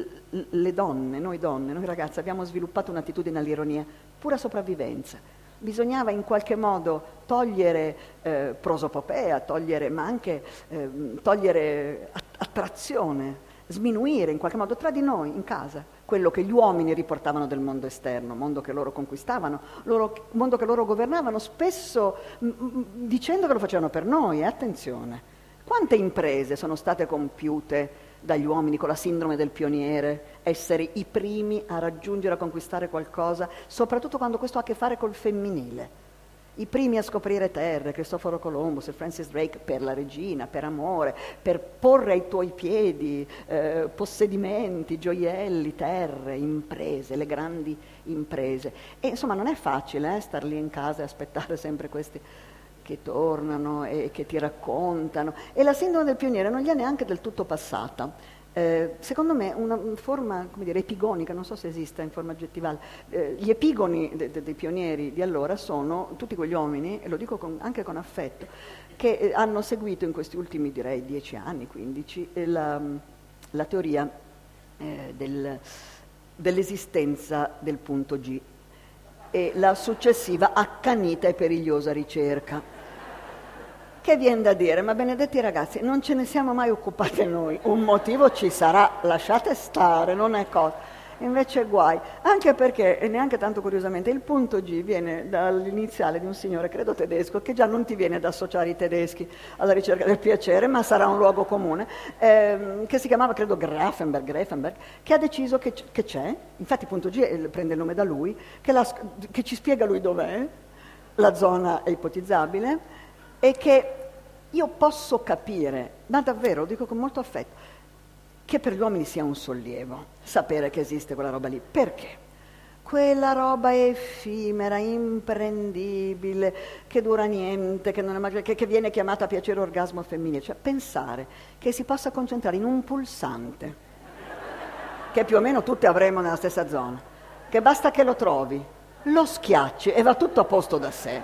le donne, noi ragazze abbiamo sviluppato un'attitudine all'ironia, pura sopravvivenza. Bisognava in qualche modo togliere prosopopea, ma anche togliere attrazione, sminuire in qualche modo tra di noi in casa quello che gli uomini riportavano del mondo esterno, mondo che loro conquistavano, mondo che loro governavano, spesso dicendo che lo facevano per noi, attenzione. Quante imprese sono state compiute dagli uomini con la sindrome del pioniere, essere i primi a raggiungere, a conquistare qualcosa, soprattutto quando questo ha a che fare col femminile. I primi a scoprire terre, Cristoforo Colombo, Sir Francis Drake, per la regina, per amore, per porre ai tuoi piedi possedimenti, gioielli, terre, imprese, le grandi imprese. E insomma non è facile star lì in casa e aspettare sempre questi che tornano e che ti raccontano. E la sindrome del pioniere non gli è neanche del tutto passata. Secondo me una forma, come dire, epigonica, non so se esista in forma aggettivale, gli epigoni dei pionieri di allora sono tutti quegli uomini, e lo dico anche con affetto, che hanno seguito in questi ultimi, direi, 10 anni, 15, la teoria dell'esistenza del punto G e la successiva accanita e perigliosa ricerca. Che viene da dire, ma benedetti ragazzi, non ce ne siamo mai occupati noi, un motivo ci sarà, lasciate stare, non è cosa. invece guai, anche perché, e neanche tanto curiosamente, il punto G viene dall'iniziale di un signore, credo tedesco, che già non ti viene da associare i tedeschi alla ricerca del piacere, ma sarà un luogo comune, che si chiamava, credo, Grafenberg, che ha deciso che c'è, infatti punto G prende il nome da lui, che ci spiega lui dov'è, la zona è ipotizzabile, e che io posso capire, ma davvero, lo dico con molto affetto, che per gli uomini sia un sollievo sapere che esiste quella roba lì. Perché? Quella roba effimera, imprendibile, che dura niente, che, non è che viene chiamata piacere orgasmo femminile. Cioè pensare che si possa concentrare in un pulsante, che più o meno tutti avremo nella stessa zona, che basta che lo trovi, lo schiacci e va tutto a posto da sé.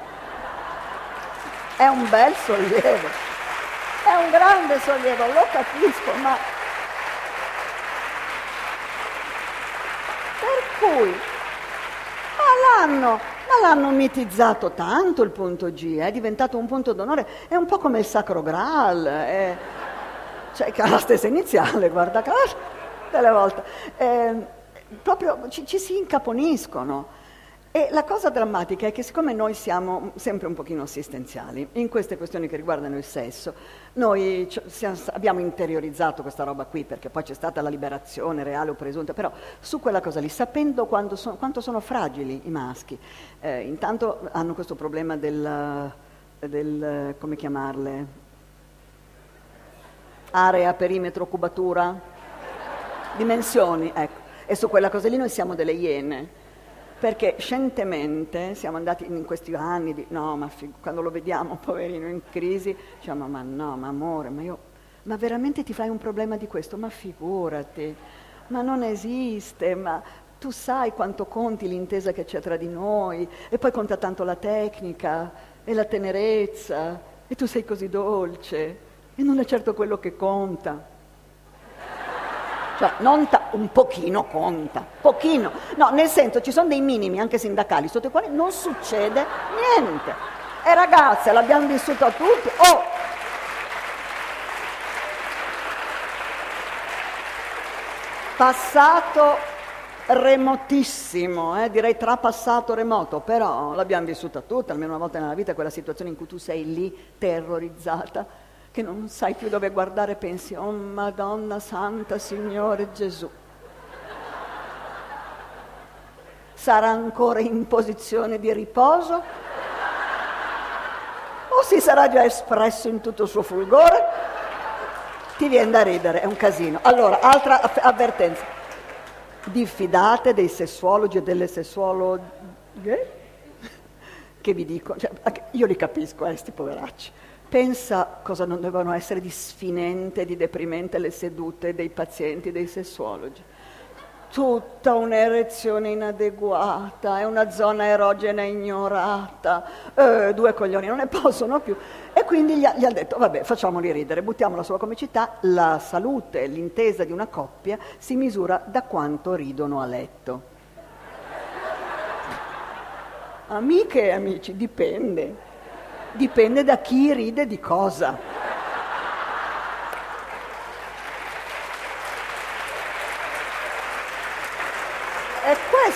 È un bel sollievo, è un grande sollievo, lo capisco, ma... Per cui, ma l'hanno mitizzato tanto il punto G, è diventato un punto d'onore, è un po' come il Sacro Graal, cioè che ha la stessa iniziale, guarda caso, delle volte, proprio ci si incaponiscono. E la cosa drammatica è che siccome noi siamo sempre un pochino assistenziali in queste questioni che riguardano il sesso, noi abbiamo interiorizzato questa roba qui, perché poi c'è stata la liberazione reale o presunta, però su quella cosa lì, sapendo quanto sono fragili i maschi, intanto hanno questo problema del come chiamarle, area, perimetro, cubatura, dimensioni, ecco, e su quella cosa lì noi siamo delle iene. Perché scientemente siamo andati in questi anni di no, ma quando lo vediamo, poverino, in crisi, diciamo, ma no, ma amore, ma veramente ti fai un problema di questo? Ma figurati, ma non esiste, ma tu sai quanto conti l'intesa che c'è tra di noi, e poi conta tanto la tecnica e la tenerezza, e tu sei così dolce, e non è certo quello che conta. Cioè, un pochino conta, pochino. No, nel senso, ci sono dei minimi, anche sindacali, sotto i quali non succede niente. E ragazze, l'abbiamo vissuto a tutti. Oh! Passato remotissimo, direi trapassato remoto, però l'abbiamo vissuta tutta, almeno una volta nella vita, quella situazione in cui tu sei lì terrorizzata, che non sai più dove guardare, pensi, oh Madonna Santa, Signore Gesù. Sarà ancora in posizione di riposo? O si sarà già espresso in tutto il suo fulgore? Ti viene da ridere, è un casino. Allora, altra avvertenza. Diffidate dei sessuologi e delle sessuologhe? Che vi dico, cioè, io li capisco, sti poveracci. Pensa cosa non devono essere di sfinente, di deprimente le sedute dei pazienti, dei sessuologi. Tutta un'erezione inadeguata, è una zona erogena ignorata, due coglioni non ne possono più. E quindi gli ha detto, vabbè, facciamoli ridere, buttiamola sulla comicità, la salute, l'intesa di una coppia si misura da quanto ridono a letto. Amiche e amici, dipende da chi ride di cosa. E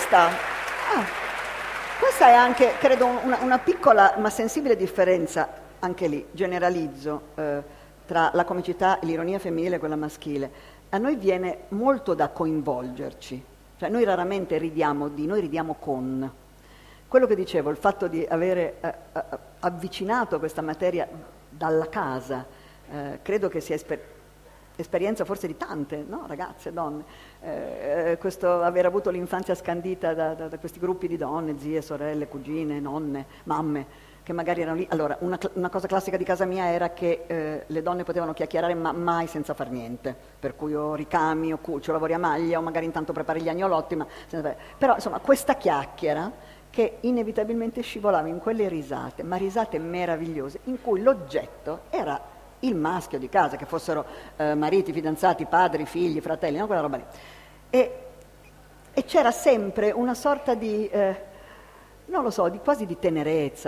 questa è anche, credo, una piccola ma sensibile differenza, anche lì, generalizzo, tra la comicità e l'ironia femminile e quella maschile. A noi viene molto da coinvolgerci, cioè noi raramente ridiamo noi ridiamo con. Quello che dicevo, il fatto di avere avvicinato questa materia dalla casa, credo che sia esperienza forse di tante, no? Ragazze, donne, questo aver avuto l'infanzia scandita da questi gruppi di donne, zie, sorelle, cugine, nonne, mamme, che magari erano lì. Allora, una cosa classica di casa mia era che le donne potevano chiacchierare ma mai senza far niente, per cui o ricami, o cuci, o lavori a maglia, o magari intanto prepari gli agnolotti, però insomma questa chiacchiera che inevitabilmente scivolava in quelle risate, ma risate meravigliose, in cui l'oggetto era il maschio di casa, che fossero mariti, fidanzati, padri, figli, fratelli, no? Quella roba lì. E c'era sempre una sorta di non lo so, quasi di tenerezza,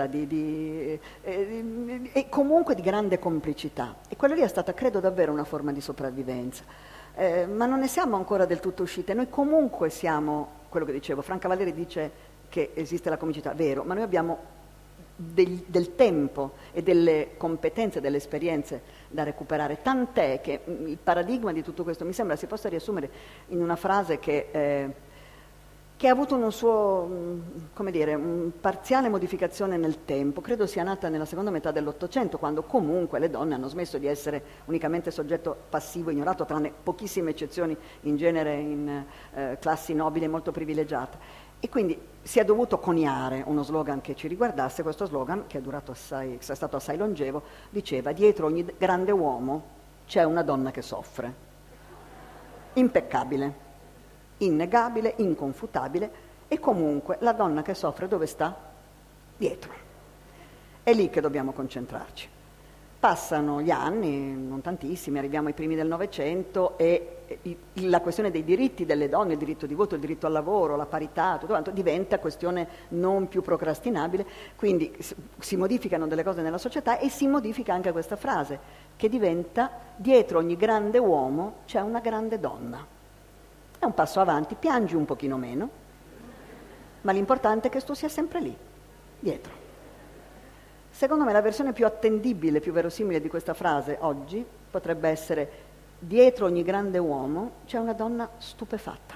e comunque di grande complicità. E quella lì è stata, credo, davvero una forma di sopravvivenza. Ma non ne siamo ancora del tutto uscite. Noi comunque siamo, quello che dicevo, Franca Valeri dice che esiste la comicità, vero, ma noi abbiamo del tempo e delle competenze, delle esperienze da recuperare, tant'è che il paradigma di tutto questo mi sembra si possa riassumere in una frase che ha avuto un suo, come dire, parziale modificazione nel tempo. Credo sia nata nella seconda metà dell'Ottocento, quando comunque le donne hanno smesso di essere unicamente soggetto passivo, ignorato, tranne pochissime eccezioni, in genere in classi nobili e molto privilegiate. E quindi si è dovuto coniare uno slogan che ci riguardasse. Questo slogan, che è stato assai longevo, diceva: dietro ogni grande uomo c'è una donna che soffre. Impeccabile, innegabile, inconfutabile, e comunque la donna che soffre dove sta? Dietro. È lì che dobbiamo concentrarci. Passano gli anni, non tantissimi, arriviamo ai primi del Novecento e la questione dei diritti delle donne, il diritto di voto, il diritto al lavoro, la parità, tutto quanto diventa questione non più procrastinabile, quindi si modificano delle cose nella società e si modifica anche questa frase, che diventa: dietro ogni grande uomo c'è una grande donna. È un passo avanti, piangi un pochino meno, ma l'importante è che tu sia sempre lì, dietro. Secondo me la versione più attendibile, più verosimile di questa frase oggi potrebbe essere: dietro ogni grande uomo c'è una donna stupefatta.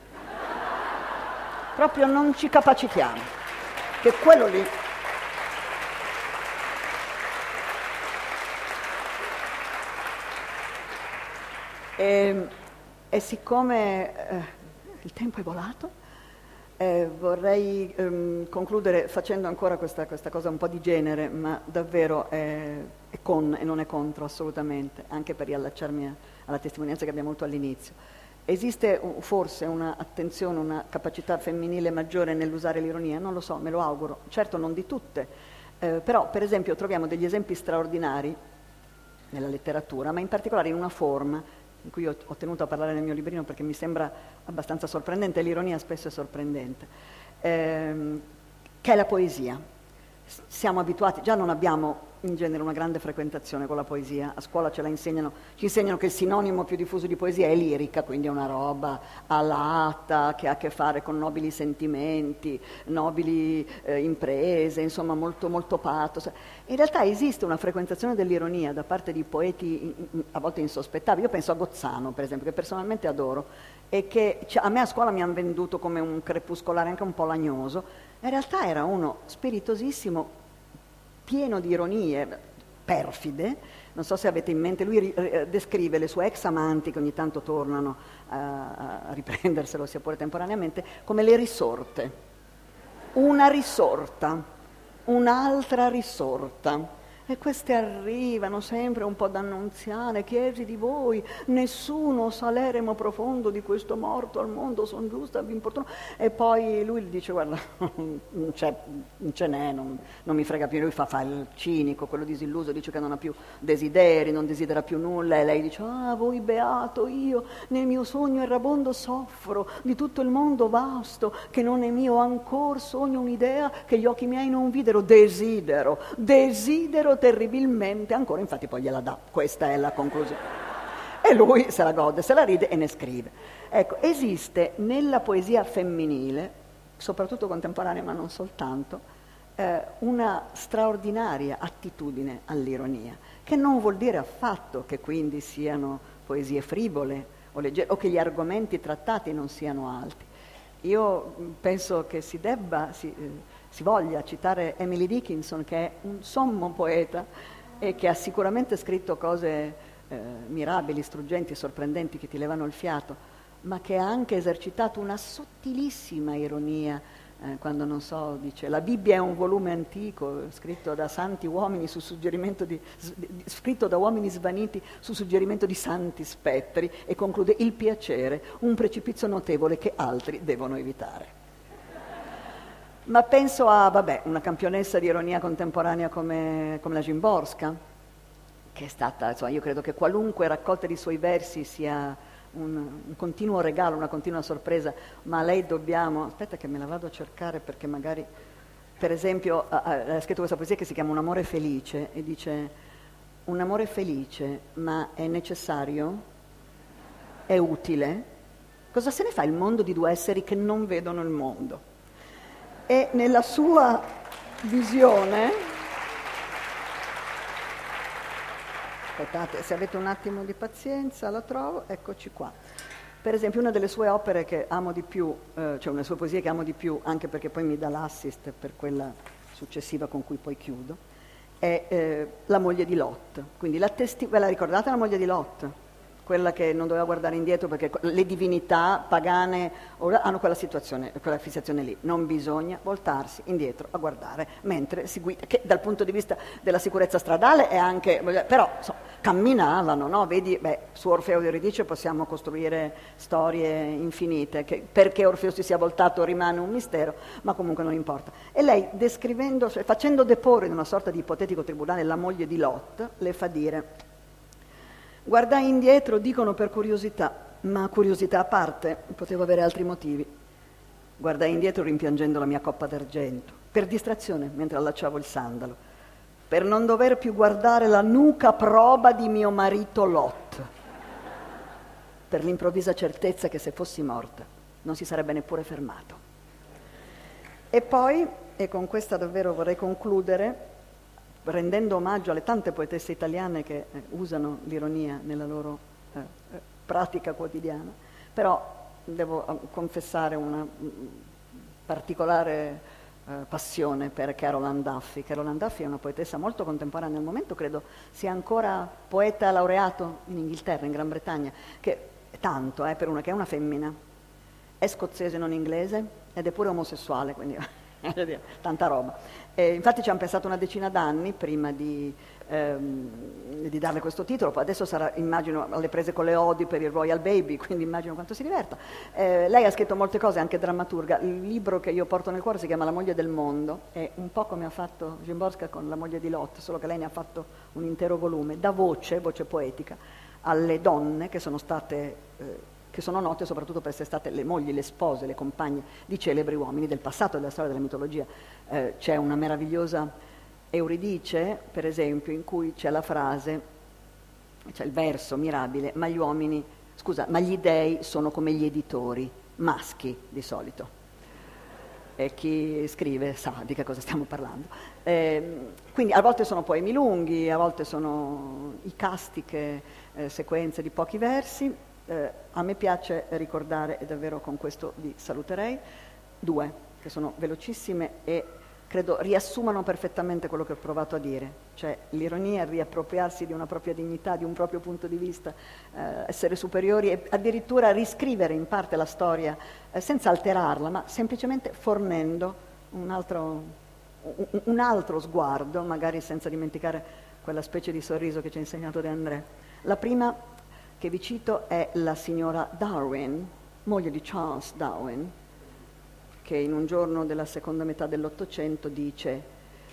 Proprio non ci capacitiamo, che quello lì. E siccome il tempo è volato, vorrei concludere facendo ancora questa cosa un po' di genere, ma davvero è con e non è contro assolutamente, anche per riallacciarmi alla testimonianza che abbiamo avuto all'inizio. Esiste forse una attenzione, una capacità femminile maggiore nell'usare l'ironia? Non lo so, me lo auguro, certo non di tutte, però per esempio troviamo degli esempi straordinari nella letteratura, ma in particolare in una forma in cui ho tenuto a parlare nel mio librino perché mi sembra abbastanza sorprendente, l'ironia spesso è sorprendente, che è la poesia. Siamo abituati, già non abbiamo in genere una grande frequentazione con la poesia, a scuola ci insegnano che il sinonimo più diffuso di poesia è lirica, quindi è una roba alata, che ha a che fare con nobili sentimenti, nobili imprese, insomma molto, molto pathos. In realtà esiste una frequentazione dell'ironia da parte di poeti a volte insospettabili. Io penso a Gozzano, per esempio, che personalmente adoro e che a me a scuola mi hanno venduto come un crepuscolare anche un po' lagnoso. In realtà era uno spiritosissimo, pieno di ironie perfide. Non so se avete in mente, lui descrive le sue ex amanti che ogni tanto tornano a riprenderselo, sia pure temporaneamente, come le risorte. Una risorta, un'altra risorta. E queste arrivano sempre un po' d'annunziare: chiesi di voi, nessuno sa l'eremo profondo di questo morto al mondo, son giusta, vi importuno. E poi lui dice: guarda, non ce n'è, non mi frega più. Lui fa il cinico, quello disilluso, dice che non ha più desideri, non desidera più nulla, e lei dice: ah, voi beato, io nel mio sogno errabondo soffro di tutto il mondo vasto, che non è mio ancor, sogno un'idea che gli occhi miei non videro, desidero terribilmente ancora. Infatti poi gliela dà, questa è la conclusione, e lui se la gode, se la ride e ne scrive. Ecco, esiste nella poesia femminile, soprattutto contemporanea ma non soltanto, una straordinaria attitudine all'ironia, che non vuol dire affatto che quindi siano poesie frivole o leggere, o che gli argomenti trattati non siano alti. Io penso che si voglia citare Emily Dickinson, che è un sommo poeta e che ha sicuramente scritto cose mirabili, struggenti, sorprendenti, che ti levano il fiato, ma che ha anche esercitato una sottilissima ironia quando, non so, dice: la Bibbia è un volume antico scritto da santi uomini su suggerimento scritto da uomini svaniti su suggerimento di santi spettri, e conclude: il piacere, un precipizio notevole che altri devono evitare. Ma penso a, una campionessa di ironia contemporanea come la Szymborska, che è stata, insomma, io credo che qualunque raccolta di suoi versi sia un continuo regalo, una continua sorpresa, ma a lei dobbiamo, aspetta che me la vado a cercare perché magari per esempio, ha scritto questa poesia che si chiama Un amore felice e dice: un amore felice, ma è necessario? È utile? Cosa se ne fa il mondo di due esseri che non vedono il mondo? E nella sua visione, aspettate, se avete un attimo di pazienza, la trovo, eccoci qua. Per esempio, una delle sue opere che amo di più, cioè una delle sue poesie che amo di più, anche perché poi mi dà l'assist per quella successiva con cui poi chiudo, è La moglie di Lot. Quindi ve la ricordate la moglie di Lot? Quella che non doveva guardare indietro perché le divinità pagane hanno quella situazione, quella fissazione lì. Non bisogna voltarsi indietro a guardare mentre si guida, che dal punto di vista della sicurezza stradale è anche, però insomma, camminavano, no? Vedi, su Orfeo ed Euridice possiamo costruire storie infinite, che perché Orfeo si sia voltato rimane un mistero, ma comunque non importa. E lei, descrivendo, cioè, facendo deporre in una sorta di ipotetico tribunale la moglie di Lot, le fa dire: guardai indietro, dicono per curiosità, ma curiosità a parte, potevo avere altri motivi. Guardai indietro rimpiangendo la mia coppa d'argento, per distrazione mentre allacciavo il sandalo, per non dover più guardare la nuca proba di mio marito Lot, per l'improvvisa certezza che se fossi morta non si sarebbe neppure fermato. E poi, e con questa davvero vorrei concludere, rendendo omaggio alle tante poetesse italiane che usano l'ironia nella loro pratica quotidiana, però devo confessare una particolare passione per Carol Ann Duffy. Carol Ann Duffy è una poetessa molto contemporanea al momento, credo sia ancora poeta laureato in Inghilterra, in Gran Bretagna, che è tanto per una che è una femmina, è scozzese non inglese ed è pure omosessuale, quindi tanta roba. Infatti ci hanno pensato una decina d'anni prima di darle questo titolo, poi adesso sarà, immagino, alle prese con le Odi per il Royal Baby, quindi immagino quanto si diverta. Lei ha scritto molte cose, anche drammaturga. Il libro che io porto nel cuore si chiama La moglie del mondo, è un po' come ha fatto Szymborska con La moglie di Lot, solo che lei ne ha fatto un intero volume, dà voce poetica, alle donne che sono state che sono note soprattutto per essere state le mogli, le spose, le compagne di celebri uomini del passato, della storia, della mitologia. C'è una meravigliosa Euridice, per esempio, in cui c'è la frase, c'è il verso mirabile: ma gli dei sono come gli editori, maschi di solito. E chi scrive sa di che cosa stiamo parlando. Quindi a volte sono poemi lunghi, a volte sono icastiche sequenze di pochi versi. A me piace ricordare, e davvero con questo vi saluterei, due che sono velocissime e credo riassumano perfettamente quello che ho provato a dire, cioè l'ironia, riappropriarsi di una propria dignità, di un proprio punto di vista, essere superiori e addirittura riscrivere in parte la storia senza alterarla, ma semplicemente fornendo un altro sguardo, magari senza dimenticare quella specie di sorriso che ci ha insegnato De André. La prima che vi cito è la signora Darwin, moglie di Charles Darwin, che in un giorno della seconda metà dell'Ottocento dice: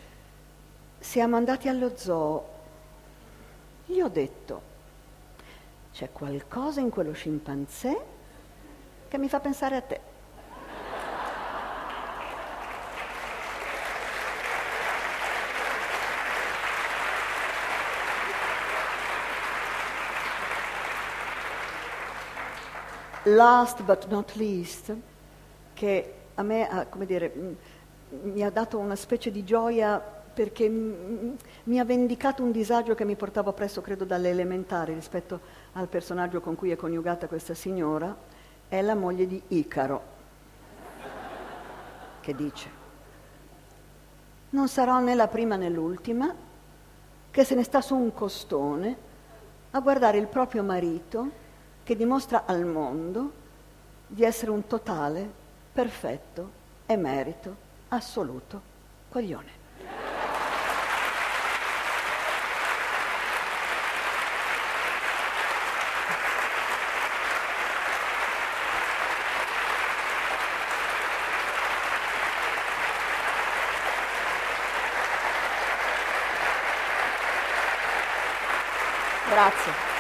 siamo andati allo zoo, gli ho detto, c'è qualcosa in quello scimpanzé che mi fa pensare a te. Last but not least, che a me, come dire, mi ha dato una specie di gioia perché mi ha vendicato un disagio che mi portavo appresso, credo, dalle elementari rispetto al personaggio con cui è coniugata questa signora, è la moglie di Icaro, che dice: non sarò né la prima né l'ultima che se ne sta su un costone a guardare il proprio marito che dimostra al mondo di essere un totale, perfetto, emerito, assoluto coglione. Grazie.